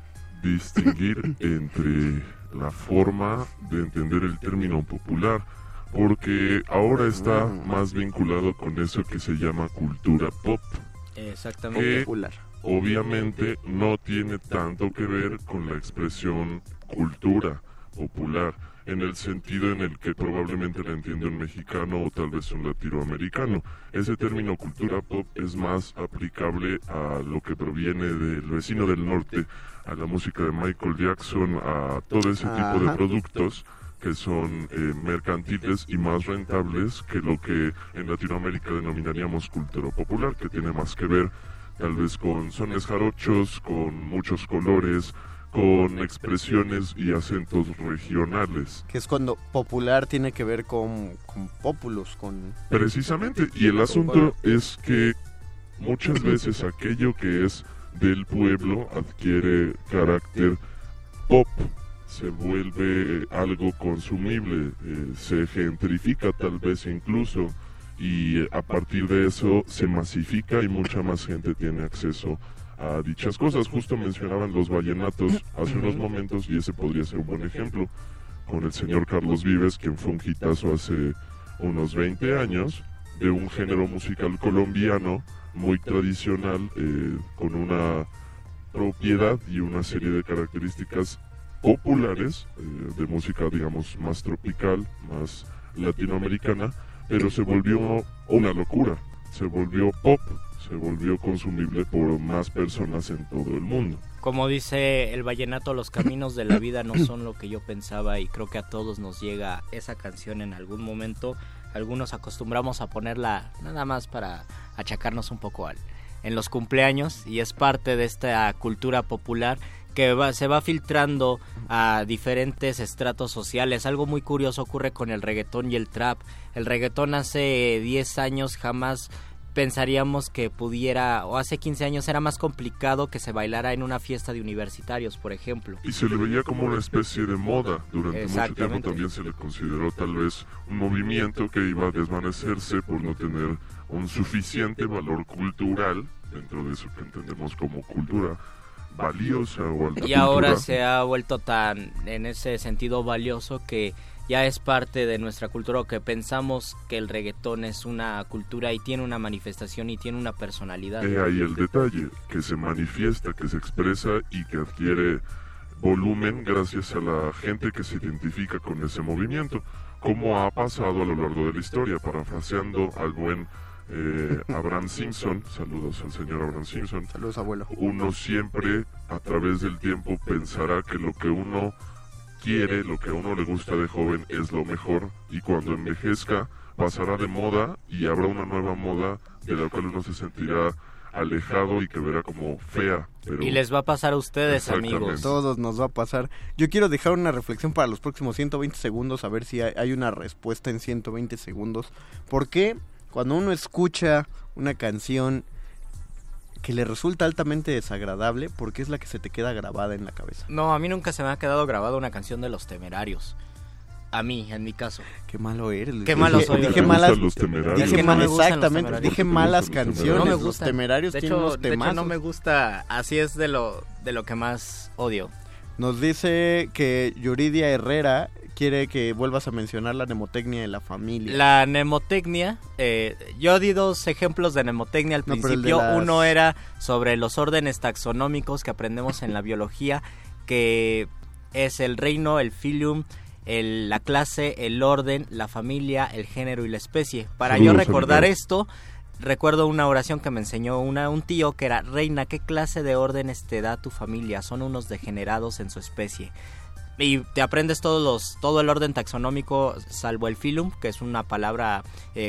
distinguir entre la forma de entender el término popular, porque ahora está más vinculado con eso que se llama cultura pop. Exactamente. Popular. Obviamente no tiene tanto que ver con la expresión cultura popular, en el sentido en el que probablemente la entiende un mexicano o tal vez un latinoamericano. Ese término cultura pop es más aplicable a lo que proviene del vecino del norte, a la música de Michael Jackson, a todo ese tipo de productos que son mercantiles y más rentables que lo que en Latinoamérica denominaríamos cultura popular, que tiene más que ver tal vez con sones jarochos, con muchos colores, con expresiones y acentos regionales. Que es cuando popular tiene que ver con populus, con... Precisamente, y el asunto es que muchas veces aquello que es del pueblo adquiere carácter pop, se vuelve algo consumible, se gentrifica tal vez incluso, y a partir de eso se masifica y mucha más gente tiene acceso a dichas cosas. Justo mencionaban los vallenatos hace unos momentos y ese podría ser un buen ejemplo con el señor Carlos Vives, quien fue un hitazo hace unos 20 años, de un género musical colombiano muy tradicional, con una propiedad y una serie de características populares, de música digamos más tropical, más latinoamericana, pero se volvió una locura, se volvió pop, se volvió consumible por más personas en todo el mundo. Como dice el vallenato, los caminos de la vida no son lo que yo pensaba, y creo que a todos nos llega esa canción en algún momento. Algunos acostumbramos a ponerla nada más para achacarnos un poco en los cumpleaños, y es parte de esta cultura popular que se va filtrando a diferentes estratos sociales. Algo muy curioso ocurre con el reggaetón y el trap. El reggaetón hace 10 años jamás pensaríamos que pudiera, o hace 15 años era más complicado que se bailara en una fiesta de universitarios, por ejemplo. Y se le veía como una especie de moda. Durante mucho tiempo también se le consideró tal vez un movimiento que iba a desvanecerse por no tener un suficiente valor cultural dentro de eso que entendemos como cultura valiosa o alta y ahora se ha vuelto tan en ese sentido valioso que ya es parte de nuestra cultura, o que pensamos que el reggaetón es una cultura y tiene una manifestación y tiene una personalidad. Ahí el detalle, que se manifiesta, que se expresa y que adquiere volumen gracias a la gente que se identifica con ese movimiento, como ha pasado a lo largo de la historia. Parafraseando al buen Abraham Simpson, saludos al señor Abraham Simpson. Saludos, abuelo. Uno siempre a través del tiempo pensará que lo que uno quiere, lo que a uno le gusta de joven es lo mejor, y cuando envejezca pasará de moda y habrá una nueva moda de la cual uno se sentirá alejado y que verá como fea. Pero y les va a pasar a ustedes, amigos. Todos nos va a pasar. Yo quiero dejar una reflexión para los próximos 120 segundos, a ver si hay una respuesta en 120 segundos. ¿Por qué cuando uno escucha una canción que le resulta altamente desagradable, porque es la que se te queda grabada en la cabeza? No, a mí nunca se me ha quedado grabada una canción de Los Temerarios. A mí, en mi caso. Qué malo eres. Qué malo soy. Dije malas. Los Temerarios. Es que no me gustan exactamente. los Dije malas canciones. No me Los gustan. Temerarios de tienen hecho, unos temazos. no me gusta. Así es de lo que más odio. Nos dice que Yuridia Herrera quiere que vuelvas a mencionar la mnemotecnia de la familia. La mnemotecnia, yo di 2 ejemplos de mnemotecnia al principio. Las... Uno era sobre los órdenes taxonómicos que aprendemos en la biología, que es el reino, el filium, la clase, el orden, la familia, el género y la especie. Para yo recordar esto, recuerdo una oración que me enseñó un tío que era: reina, ¿qué clase de órdenes te da tu familia? Son unos degenerados en su especie. Y te aprendes todo el orden taxonómico, salvo el filum, que es una palabra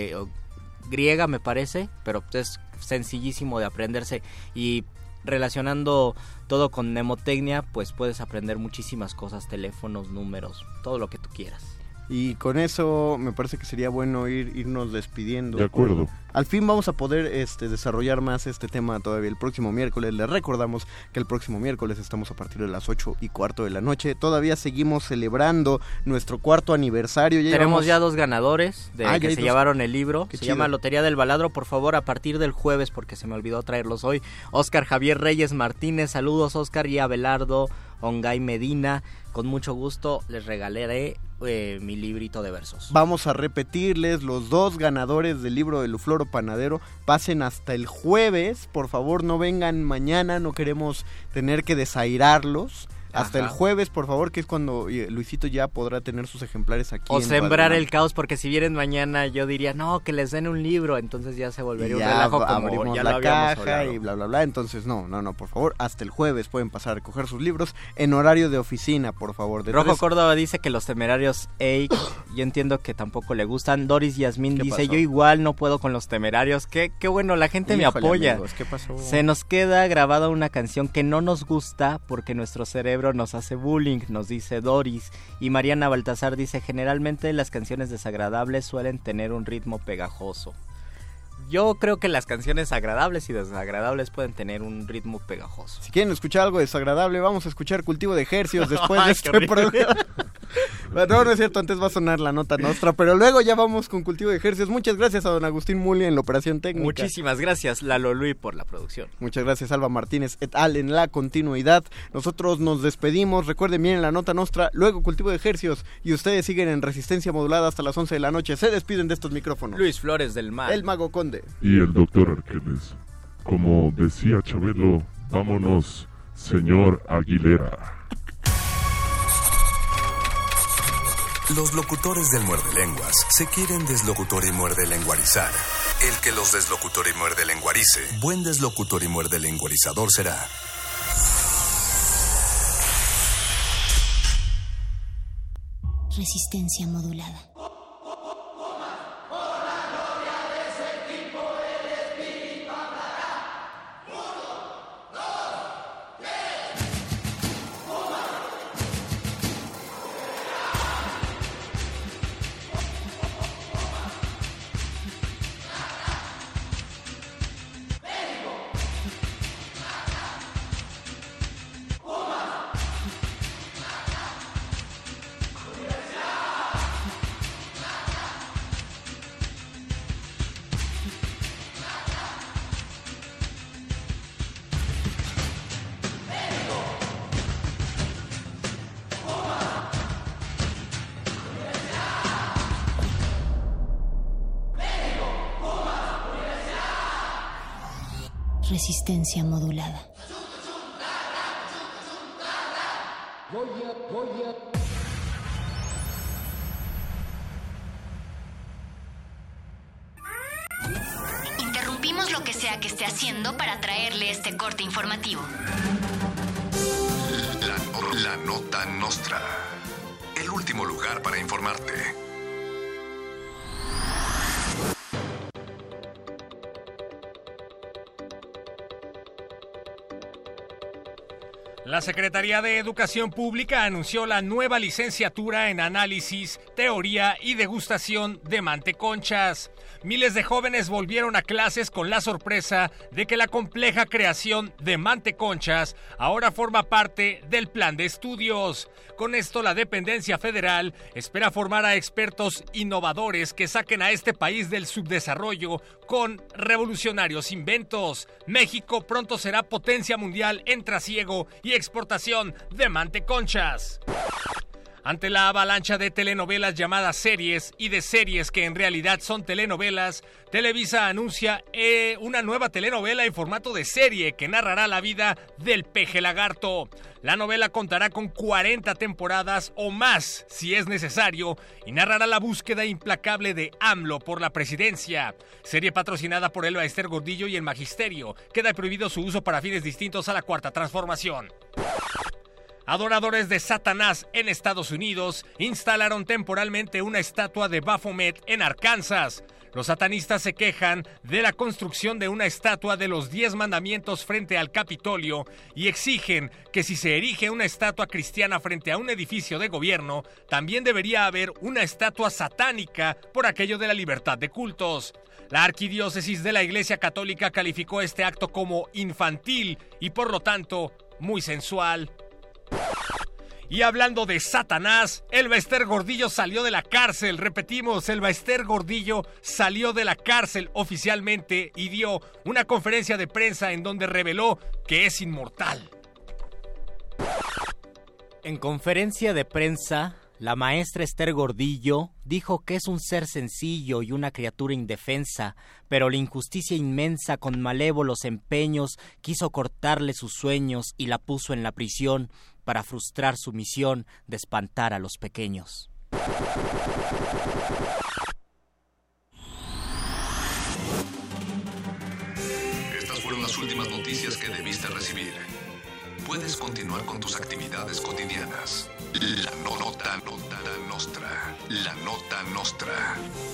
griega, me parece, pero es sencillísimo de aprenderse. Y relacionando todo con mnemotecnia, pues puedes aprender muchísimas cosas: teléfonos, números, todo lo que tú quieras. Y con eso me parece que sería bueno irnos despidiendo. De acuerdo. Al fin vamos a poder desarrollar más este tema todavía el próximo miércoles. Les recordamos que el próximo miércoles estamos a partir de las 8:15 de la noche. Todavía seguimos celebrando nuestro 4º aniversario. Tenemos ya 2 ganadores que se llevaron el libro. Qué se chido. llama Lotería del Baladro. Por favor, a partir del jueves, porque se me olvidó traerlos hoy. Oscar Javier Reyes Martínez. Saludos, Oscar, y Abelardo Ongay Medina. Con mucho gusto les regalaré mi librito de versos. Vamos a repetirles: los 2 ganadores del libro de Lufloro Panadero pasen hasta el jueves. Por favor, no vengan mañana, no queremos tener que desairarlos. Hasta el jueves, por favor, que es cuando Luisito ya podrá tener sus ejemplares aquí. O sembrar el caos, porque si vienen mañana yo diría, no, que les den un libro, entonces ya se volvería un relajo como abrimos ya la lo habíamos caja hablado. y bla, bla, bla. Entonces, no, por favor, hasta el jueves pueden pasar a recoger sus libros en horario de oficina, por favor. Rojo Córdoba dice que los temerarios, yo entiendo que tampoco le gustan. Doris Yasmín dice, yo igual no puedo con los temerarios. Qué bueno, la gente me apoya. Amigos, ¿qué pasó? Se nos queda grabada una canción que no nos gusta porque nuestro cerebro nos hace bullying, nos dice Doris. Y Mariana Baltasar dice, generalmente las canciones desagradables suelen tener un ritmo pegajoso. Yo creo que las canciones agradables y desagradables pueden tener un ritmo pegajoso. Si quieren escuchar algo desagradable, vamos a escuchar Cultivo de Hercios después de este programa. No es cierto, antes va a sonar la nota nostra, pero luego ya vamos con Cultivo de Hercios. Muchas gracias a don Agustín Muli en la operación técnica. Muchísimas gracias, Lalo Luis, por la producción. Muchas gracias, Alba Martínez et al. en la continuidad. Nosotros nos despedimos. Recuerden bien la nota nostra, luego Cultivo de Hercios, y ustedes siguen en Resistencia Modulada hasta las 11 de la noche. Se despiden de estos micrófonos Luis Flores del Mar, el Mago Conde y el Doctor Arqueles. Como decía Chabelo, vámonos, señor Aguilera. Los locutores del Muerde Lenguas se quieren deslocutor y muerde lenguarizar. El que los deslocutor y muerde lenguarice, buen deslocutor y muerde lenguarizador será. Resistencia modulada. Resistencia modulada. Interrumpimos lo que sea que esté haciendo para traerle este corte informativo. La nota nostra. El último lugar para informarte. La Secretaría de Educación Pública anunció la nueva licenciatura en Análisis, Teoría y Degustación de Manteconchas. Miles de jóvenes volvieron a clases con la sorpresa de que la compleja creación de manteconchas ahora forma parte del plan de estudios. Con esto, la dependencia federal espera formar a expertos innovadores que saquen a este país del subdesarrollo con revolucionarios inventos. México pronto será potencia mundial en trasiego y exportación de manteconchas. Ante la avalancha de telenovelas llamadas series y de series que en realidad son telenovelas, Televisa anuncia una nueva telenovela en formato de serie que narrará la vida del Peje Lagarto. La novela contará con 40 temporadas o más, si es necesario, y narrará la búsqueda implacable de AMLO por la presidencia. Serie patrocinada por Elba Ester Gordillo y el Magisterio. Queda prohibido su uso para fines distintos a la Cuarta Transformación. Adoradores de Satanás en Estados Unidos instalaron temporalmente una estatua de Baphomet en Arkansas. Los satanistas se quejan de la construcción de una estatua de los 10 mandamientos frente al Capitolio y exigen que si se erige una estatua cristiana frente a un edificio de gobierno, también debería haber una estatua satánica por aquello de la libertad de cultos. La arquidiócesis de la Iglesia Católica calificó este acto como infantil y por lo tanto muy sensual. Y hablando de Satanás, Elba Ester Gordillo salió de la cárcel. Repetimos, Elba Ester Gordillo salió de la cárcel oficialmente y dio una conferencia de prensa en donde reveló que es inmortal. En conferencia de prensa, la maestra Ester Gordillo dijo que es un ser sencillo y una criatura indefensa, pero la injusticia inmensa con malévolos empeños quiso cortarle sus sueños y la puso en la prisión para frustrar su misión de espantar a los pequeños. Estas fueron las últimas noticias que debiste recibir. Puedes continuar con tus actividades cotidianas. La nota nostra. La nota nostra.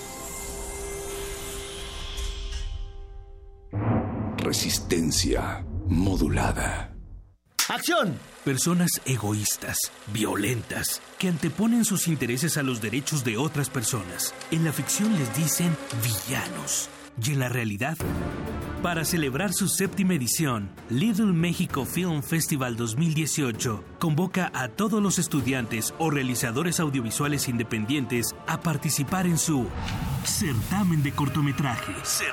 Resistencia modulada. ¡Acción! Personas egoístas, violentas, que anteponen sus intereses a los derechos de otras personas. En la ficción les dicen villanos. Y en la realidad, para celebrar su 7ª edición, Little México Film Festival 2018 convoca a todos los estudiantes o realizadores audiovisuales independientes a participar en su certamen de cortometraje.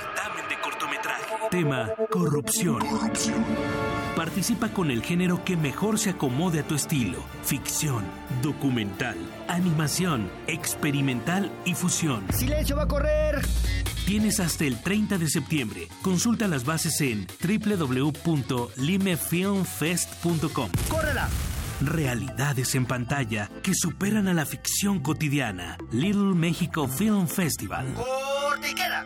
Tema: corrupción. Participa con el género que mejor se acomode a tu estilo: ficción, documental, animación, experimental y fusión. ¡Silencio, va a correr! Tienes hasta el 30 de septiembre. Consulta las bases en www.limefilmfest.com. ¡Córrela! Realidades en pantalla que superan a la ficción cotidiana. Little México Film Festival. ¡Corte y queda!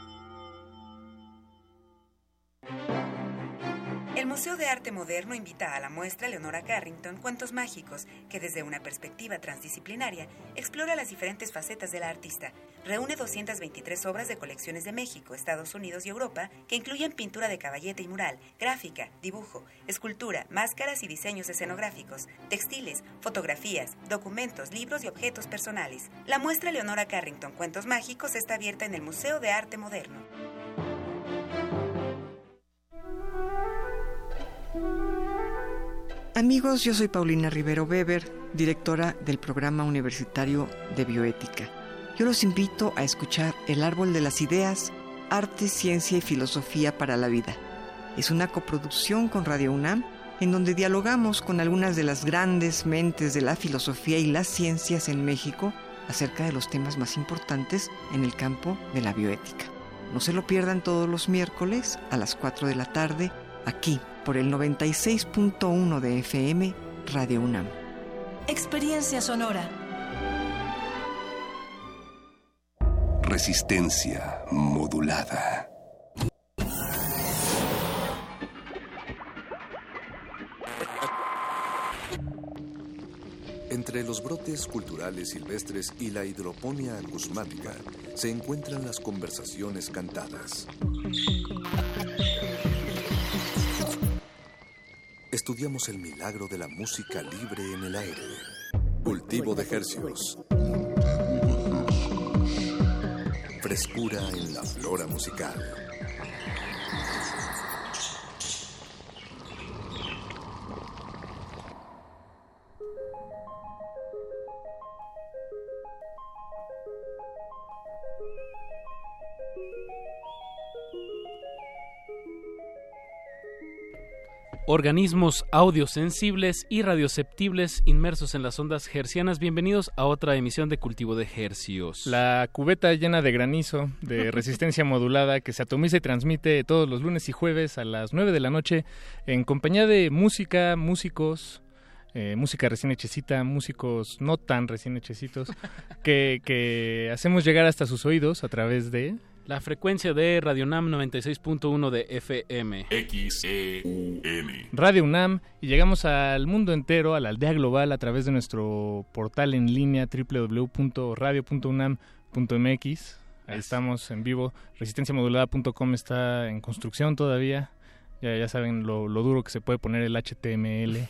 El Museo de Arte Moderno invita a la muestra Leonora Carrington Cuentos Mágicos, que desde una perspectiva transdisciplinaria explora las diferentes facetas de la artista. Reúne 223 obras de colecciones de México, Estados Unidos y Europa, que incluyen pintura de caballete y mural, gráfica, dibujo, escultura, máscaras y diseños escenográficos, textiles, fotografías, documentos, libros y objetos personales. La muestra Leonora Carrington Cuentos Mágicos está abierta en el Museo de Arte Moderno. Amigos, yo soy Paulina Rivero Weber, directora del Programa Universitario de Bioética. Yo los invito a escuchar El Árbol de las Ideas, Arte, Ciencia y Filosofía para la Vida. Es una coproducción con Radio UNAM, en donde dialogamos con algunas de las grandes mentes de la filosofía y las ciencias en México acerca de los temas más importantes en el campo de la bioética. No se lo pierdan todos los miércoles a las 4 de la tarde, aquí por el 96.1 de FM, Radio UNAM. Experiencia sonora. Resistencia modulada. Entre los brotes culturales silvestres y la hidroponía acusmática se encuentran las conversaciones cantadas. Estudiamos el milagro de la música libre en el aire. Cultivo de hercios. Frescura en la flora musical. organismos audiosensibles y radioceptibles inmersos en las ondas hercianas. Bienvenidos a otra emisión de Cultivo de Hercios. La cubeta llena de granizo, de resistencia modulada, que se atomiza y transmite todos los lunes y jueves a las 9 de la noche en compañía de música, músicos, música recién hechecita, músicos no tan recién hechecitos, que hacemos llegar hasta sus oídos a través de... La frecuencia de Radio UNAM 96.1 de FM. XEUN. Radio UNAM, y llegamos al mundo entero, a la aldea global, a través de nuestro portal en línea www.radio.unam.mx. Ahí estamos en vivo. Resistenciamodulada.com está en construcción todavía. Ya saben lo duro que se puede poner el HTML.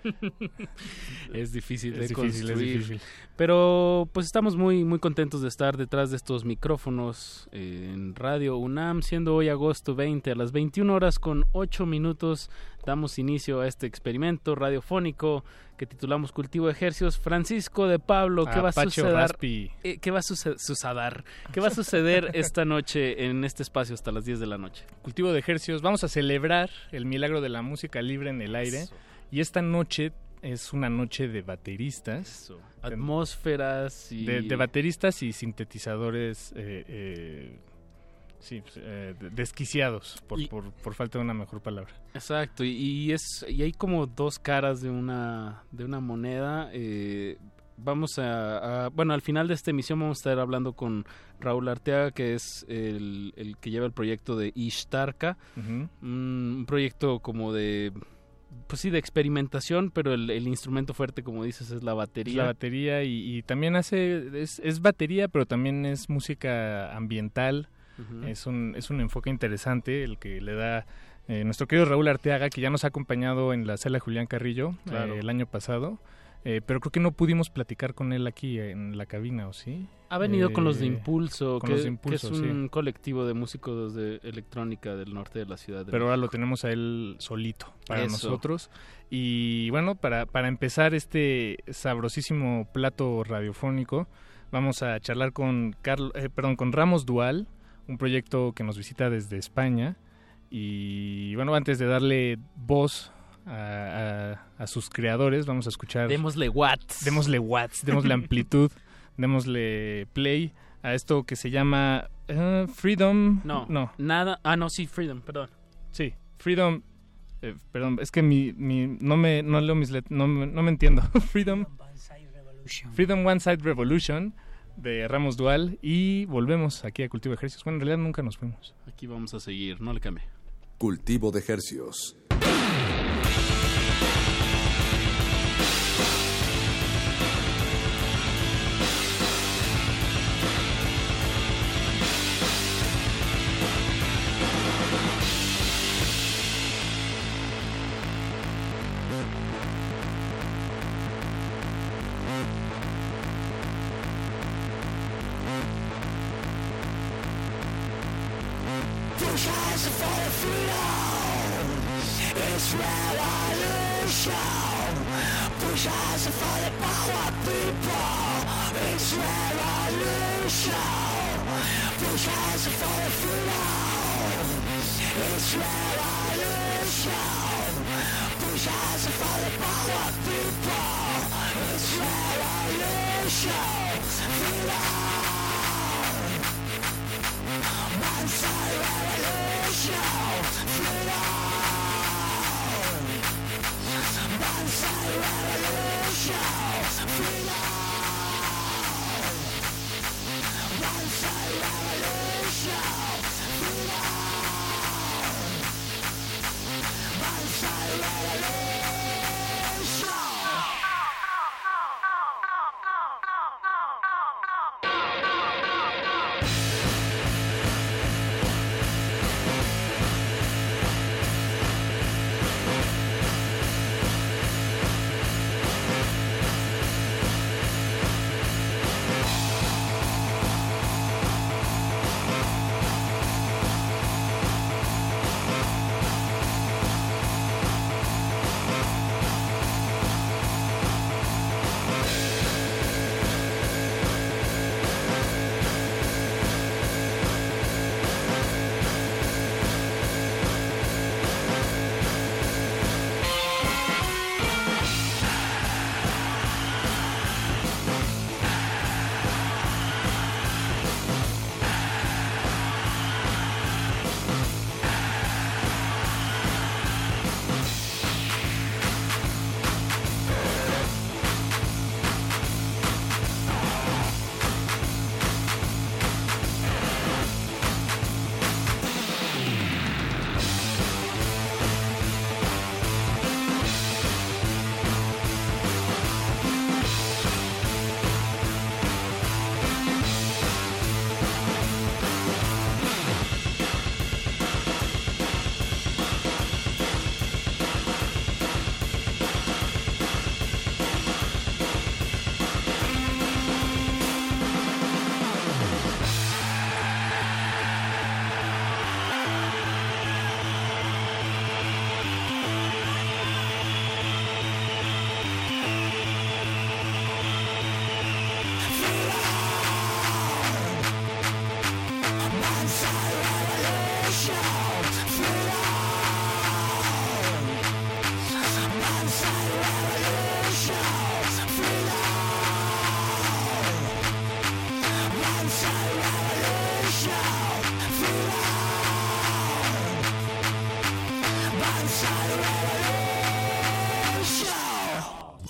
Es difícil de construir. Pero pues estamos muy, muy contentos de estar detrás de estos micrófonos en Radio UNAM, siendo hoy agosto 20 a las 21 horas con 8 minutos. Damos inicio a este experimento radiofónico que titulamos Cultivo de Hercios. Francisco de Pablo, ¿qué va a suceder? ¿Qué va a suceder esta noche en este espacio hasta las 10 de la noche? Cultivo de Hercios, vamos a celebrar el milagro de la música libre en el aire. Eso. Y esta noche es una noche de bateristas. Eso. Atmósferas y... De bateristas y sintetizadores... desquiciados, por falta de una mejor palabra. Exacto, y hay como dos caras de una moneda. Vamos bueno, al final de esta emisión vamos a estar hablando con Raúl Arteaga, que es el que lleva el proyecto de Ishtarka, un proyecto como de... Pues sí, de experimentación, pero el instrumento fuerte, como dices, es la batería. Es la batería y también es batería, pero también es música ambiental. Uh-huh. Es un enfoque interesante el que le da nuestro querido Raúl Arteaga, que ya nos ha acompañado en la sala Julián Carrillo, claro, el año pasado, pero creo que no pudimos platicar con él aquí en la cabina, ¿o sí? Ha venido con los de Impulso, que es un colectivo de músicos de electrónica del norte de la ciudad. Pero ahora lo tenemos a él solito para nosotros. Y bueno, para empezar este sabrosísimo plato radiofónico, vamos a charlar con Ramos Dual, un proyecto que nos visita desde España. Y bueno, antes de darle voz a sus creadores, vamos a escuchar... Démosle watts, démosle amplitud, démosle play a esto que se llama Freedom... No. Freedom, perdón. Sí, Freedom... perdón, es que no leo mis letras, no me entiendo. Freedom One Side Revolution de Ramos Dual, y volvemos aquí a Cultivo de Hercios. Bueno, en realidad nunca nos fuimos. Aquí vamos a seguir, no le cambie. Cultivo de Hercios.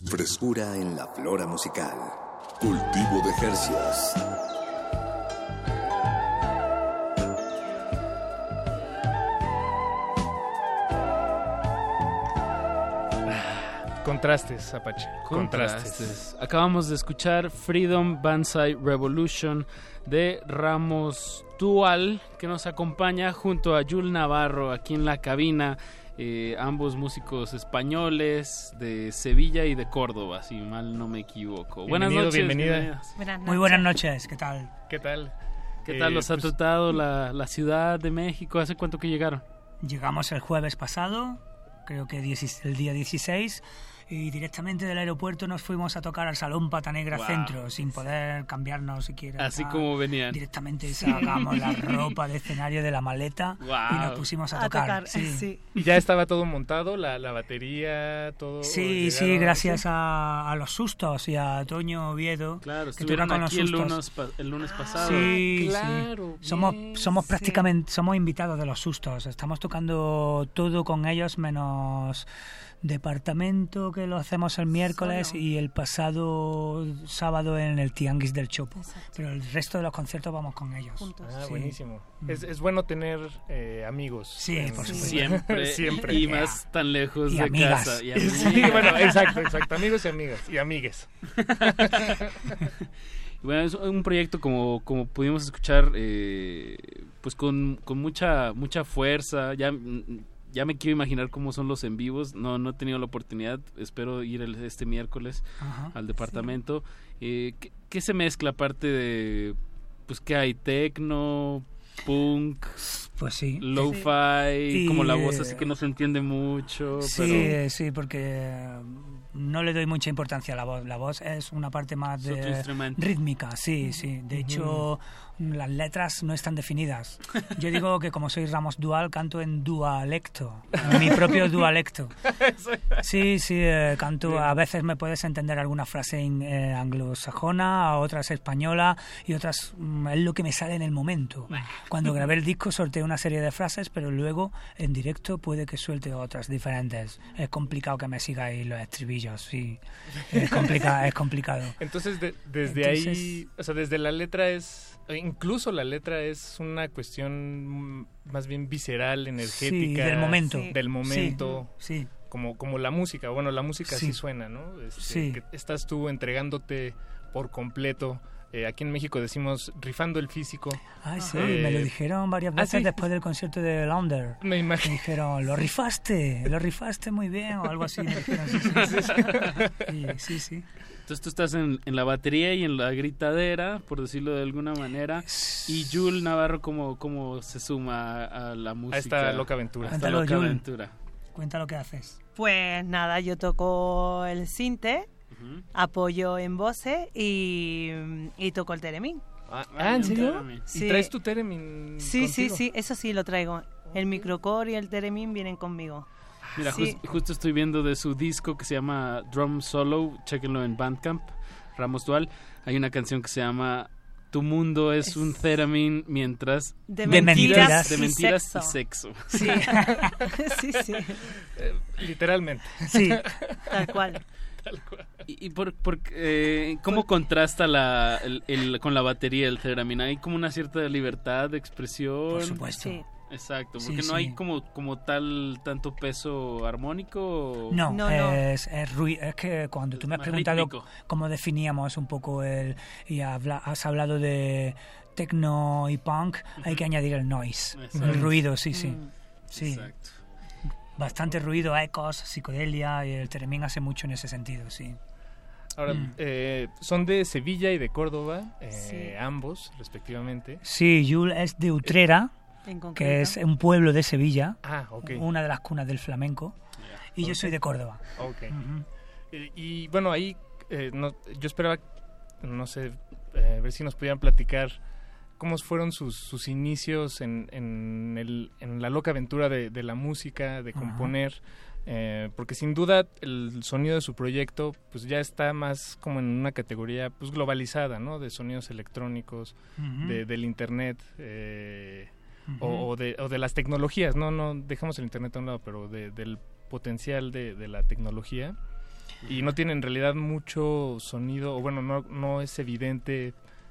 Frescura en la flora musical. Cultivo de Hercias. Contrastes, Apache. Contrastes. Acabamos de escuchar Freedom Banzai Revolution de Ramos Dual, que nos acompaña junto a Yul Navarro aquí en la cabina. Ambos músicos españoles de Sevilla y de Córdoba, si mal no me equivoco. Buenas noches. Bienvenida. Muy buenas noches, ¿qué tal? ¿Qué tal? ¿Qué tal los ha tratado la Ciudad de México? ¿Hace cuánto que llegaron? Llegamos el jueves pasado, creo que el día 16, y directamente del aeropuerto nos fuimos a tocar al Salón Pata Negra Centro, sin poder cambiarnos siquiera. Así como venían. Directamente sacamos la ropa de escenario de la maleta y nos pusimos a tocar. Sí. ¿Y ya estaba todo montado, la batería, todo? Sí, gracias a los sustos y a Toño Oviedo. Claro, que estuvieron con aquí los el lunes pasado. Sí, claro. Sí. Somos prácticamente somos invitados de los sustos. Estamos tocando todo con ellos menos Departamento, que lo hacemos el miércoles, y el pasado sábado en el Tianguis del Chopo. Exacto. Pero el resto de los conciertos vamos con ellos. Buenísimo. Es bueno tener amigos. Sí, por supuesto. Siempre. Y más tan lejos y de amigas. casa. Y sí, bueno, exacto. Amigos y amigas. Y amigues. Bueno, es un proyecto como pudimos escuchar, pues con mucha fuerza. Ya me quiero imaginar cómo son los en vivos. No he tenido la oportunidad. Espero ir este miércoles al departamento. Sí. ¿Qué se mezcla aparte de, pues, qué hay? Tecno, punk, pues sí, lo-fi, como la voz así que no se entiende mucho. Sí, porque no le doy mucha importancia a la voz. La voz es una parte más rítmica, sí. De hecho, las letras no están definidas. Yo digo que como soy Ramos Dual, canto en dualecto, en mi propio dualecto. Sí, canto. A veces me puedes entender alguna frase anglosajona, a otras española, y otras es lo que me sale en el momento. Cuando grabé el disco sorteé una serie de frases, pero luego en directo puede que suelte otras diferentes. Es complicado que me sigáis los estribillos, sí. Es complicado. Entonces, ahí, o sea, desde la letra incluso la letra es una cuestión más bien visceral, energética. Sí, del momento. Del momento. Sí. Como la música. Bueno, la música sí suena, ¿no? Que estás tú entregándote por completo. Aquí en México decimos rifando el físico. Ay, sí, me lo dijeron varias veces después del concierto de Launder. Me imagino. Me dijeron, lo rifaste muy bien, o algo así. Me dijeron, sí. Entonces tú estás en la batería y en la gritadera, por decirlo de alguna manera. Y Yul Navarro, ¿cómo se suma a la música? A esta loca aventura. Cuéntalo, Yul. Cuenta lo que haces. Pues nada, yo toco el sinte, apoyo en voces y toco el theremin. ¿En serio? Sí. ¿Y traes tu theremin contigo? Sí, eso sí lo traigo. El microcore y el theremin vienen conmigo. Mira, justo estoy viendo de su disco que se llama Drum Solo, chéquenlo en Bandcamp, Ramos Dual. Hay una canción que se llama Tu mundo es un theremin mientras... De mentiras y sexo. Sí. Sí. Literalmente. Sí. Tal cual. ¿Y cómo contrasta con la batería el theremin? ¿Hay como una cierta libertad de expresión? Por supuesto. Sí. Exacto, porque no hay como tanto peso armónico. No. Es que cuando tú me has preguntado rítmico. Cómo definíamos un poco y has hablado de techno y punk, hay que añadir el noise, el ruido, sí. Exacto. Bastante ruido, ecos, psicodelia, y el theremin hace mucho en ese sentido, sí. Ahora, son de Sevilla y de Córdoba, ambos, respectivamente. Sí, Yul es de Utrera, que es un pueblo de Sevilla, una de las cunas del flamenco, y yo soy de Córdoba. Y bueno, ahí yo esperaba, no sé, ver si nos pudieran platicar cómo fueron sus inicios en la loca aventura de la música, de componer, porque sin duda el sonido de su proyecto pues ya está más como en una categoría pues globalizada, ¿no? De sonidos electrónicos, del internet, o de las tecnologías, no dejamos el internet a un lado, pero del potencial de la tecnología. y no tiene en realidad mucho sonido, o bueno, no es evidente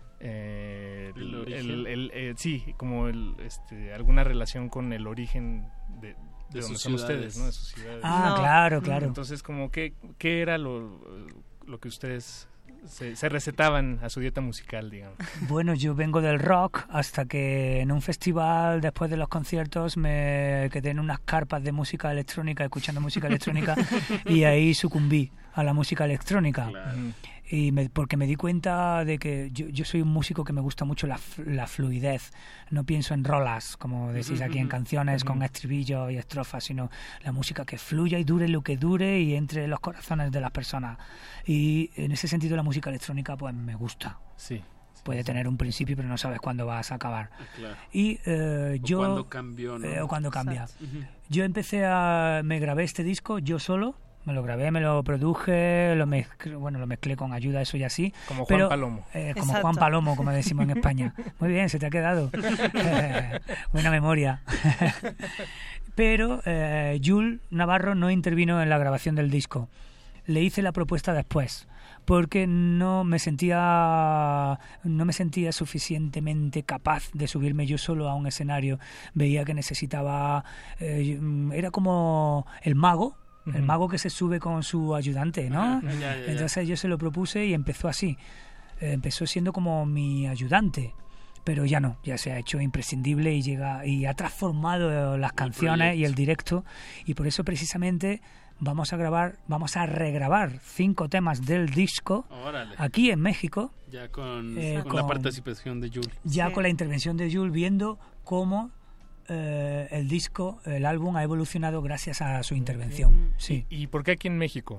sí, como alguna relación con el origen de donde son ustedes, ¿no? De sus ciudades. Claro. Entonces, como ¿qué era lo que ustedes se recetaban a su dieta musical, digamos? Bueno, yo vengo del rock hasta que en un festival, después de los conciertos, me quedé en unas carpas de música electrónica, escuchando música electrónica, y ahí sucumbí a la música electrónica. Claro. Porque me di cuenta de que yo soy un músico que me gusta mucho la fluidez. No pienso en rolas, como decís aquí en canciones, con estribillos y estrofas, sino la música que fluya y dure lo que dure y entre en los corazones de las personas. Y en ese sentido la música electrónica pues me gusta. Sí. Puede tener un principio, pero no sabes cuándo vas a acabar. Claro. Y yo... O cuándo cambió, ¿no? O cuando cambia. Uh-huh. Yo me grabé este disco yo solo. Me lo grabé, me lo produje, lo mezclé con ayuda, eso y así. Como Juan Palomo. Como Juan Palomo, como decimos en España. Muy bien, se te ha quedado. Buena memoria. Pero Jules Navarro no intervino en la grabación del disco. Le hice la propuesta después, porque no me sentía suficientemente capaz de subirme yo solo a un escenario. Veía que necesitaba... era como el mago. El mago que se sube con su ayudante, ¿no? Ya. Entonces yo se lo propuse y empezó así. Empezó siendo como mi ayudante, pero ya no, ya se ha hecho imprescindible y ha transformado las canciones y el directo. Y por eso precisamente vamos a regrabar 5 temas del disco. Órale. Aquí en México. Ya con la participación de Jules. Ya con la intervención de Jules, viendo cómo... el disco, el álbum ha evolucionado gracias a su intervención. Sí. ¿Y por qué aquí en México?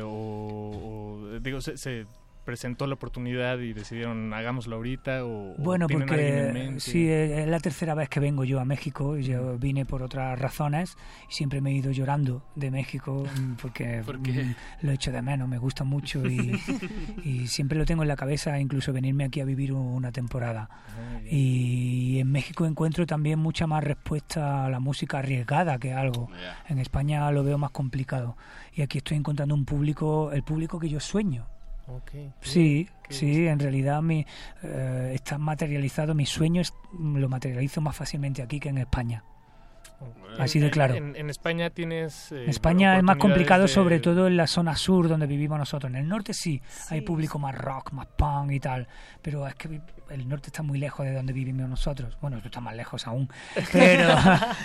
¿Se presentó la oportunidad y decidieron hagámoslo ahorita? Bueno, ¿tienen alguien en porque mente? sí, es la tercera vez que vengo yo a México. Yo vine por otras razones y siempre me he ido llorando de México porque lo echo de menos, me gusta mucho y siempre lo tengo en la cabeza, incluso venirme aquí a vivir una temporada. Y en México encuentro también mucha más respuesta a la música arriesgada que algo. En España lo veo más complicado y aquí estoy encontrando el público que yo sueño. Okay. Sí, en realidad está materializado, mis sueños lo materializo más fácilmente aquí que en España. Así de claro. En España tienes... en España es más complicado, sobre todo en la zona sur donde vivimos nosotros. En el norte sí, hay público más rock, más punk y tal, pero es que el norte está muy lejos de donde vivimos nosotros. Bueno, esto está más lejos aún, pero...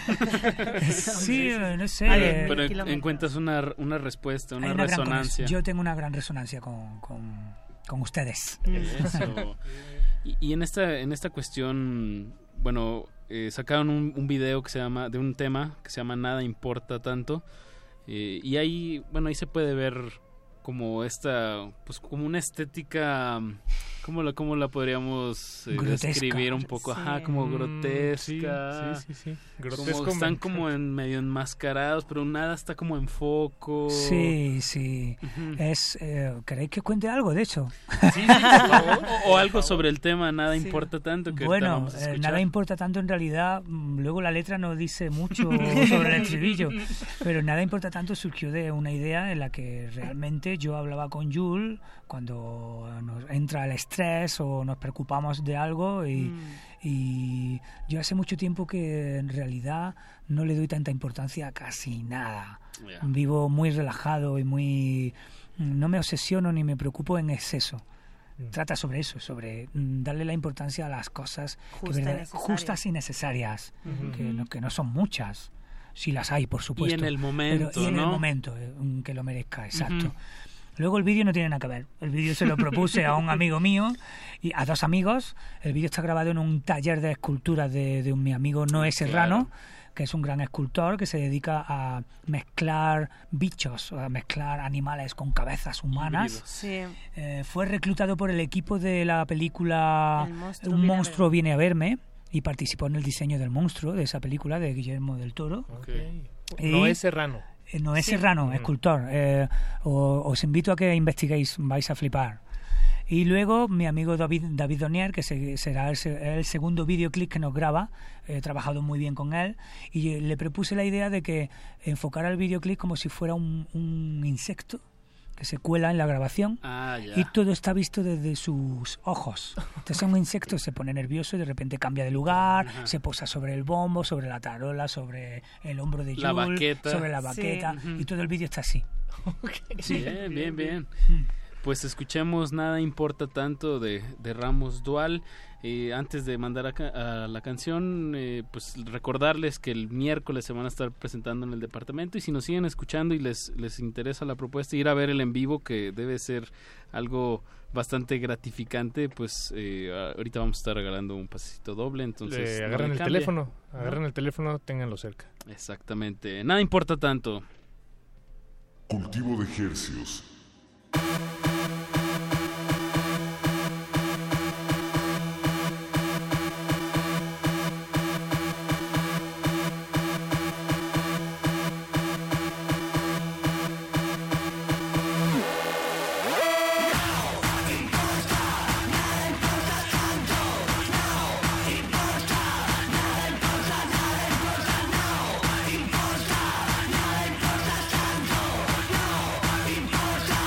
sí, no sé. Pero encuentras una respuesta, una resonancia. Yo tengo una gran resonancia con ustedes. Eso. Y en esta cuestión, bueno... sacaron un video que se llama, de un tema que se llama Nada Importa Tanto, y ahí se puede ver como pues como una estética, ¿cómo la podríamos describir un poco? Sí. Ajá, como grotesca. Sí. Grotesco, como están como medio enmascarados, pero nada está como en foco. Sí. ¿Queréis que cuente algo de eso? Sí, o algo sobre el tema Nada Importa Tanto. Que bueno, Nada Importa Tanto en realidad, luego la letra no dice mucho sobre el estribillo, pero Nada Importa Tanto surgió de una idea en la que realmente yo hablaba con Jules cuando nos entra el estrés o nos preocupamos de algo y yo hace mucho tiempo que en realidad no le doy tanta importancia a casi nada. Vivo muy relajado y no me obsesiono ni me preocupo en exceso. Trata sobre eso, sobre darle la importancia a las cosas justas y necesarias, que no son muchas. Si las hay, por supuesto. Y en el momento, el momento que lo merezca, exacto. Luego el vídeo no tiene nada que ver. El vídeo se lo propuse a un amigo mío y a 2 amigos. El vídeo está grabado en un taller de escultura de mi amigo Noé Serrano, que es un gran escultor que se dedica a mezclar bichos, a mezclar animales con cabezas humanas. Sí. Fue reclutado por el equipo de la película Un monstruo viene a verme y participó en el diseño del monstruo de esa película de Guillermo del Toro. Noé Serrano. Noé Serrano, escultor. Os invito a que investiguéis, vais a flipar. Y luego mi amigo David Donier, que será el segundo videoclip que nos graba. He trabajado muy bien con él y le propuse la idea de que enfocara el videoclip como si fuera un insecto que se cuela en la grabación y todo está visto desde sus ojos. Entonces un insecto se pone nervioso y de repente cambia de lugar, se posa sobre el bombo, sobre la tarola, sobre el hombro de Jules, sobre la baqueta y todo el vídeo está así. Sí, bien. Pues escuchemos Nada Importa Tanto de Ramos Dual. Antes de mandar a la canción, pues recordarles que el miércoles se van a estar presentando en el departamento, y si nos siguen escuchando y les interesa la propuesta, ir a ver el en vivo, que debe ser algo bastante gratificante, pues ahorita vamos a estar regalando un pasecito doble, entonces agarren el teléfono, ténganlo cerca. Exactamente, Nada Importa Tanto. Cultivo de hercios. Importa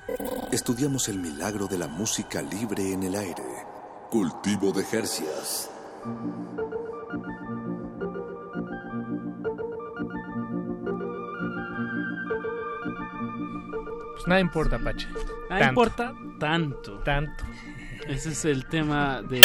Estudiamos el milagro de la música libre en el aire. Cultivo de Hercias. Pues nada importa, Pache. Nada importa tanto. Tanto. Ese es el tema de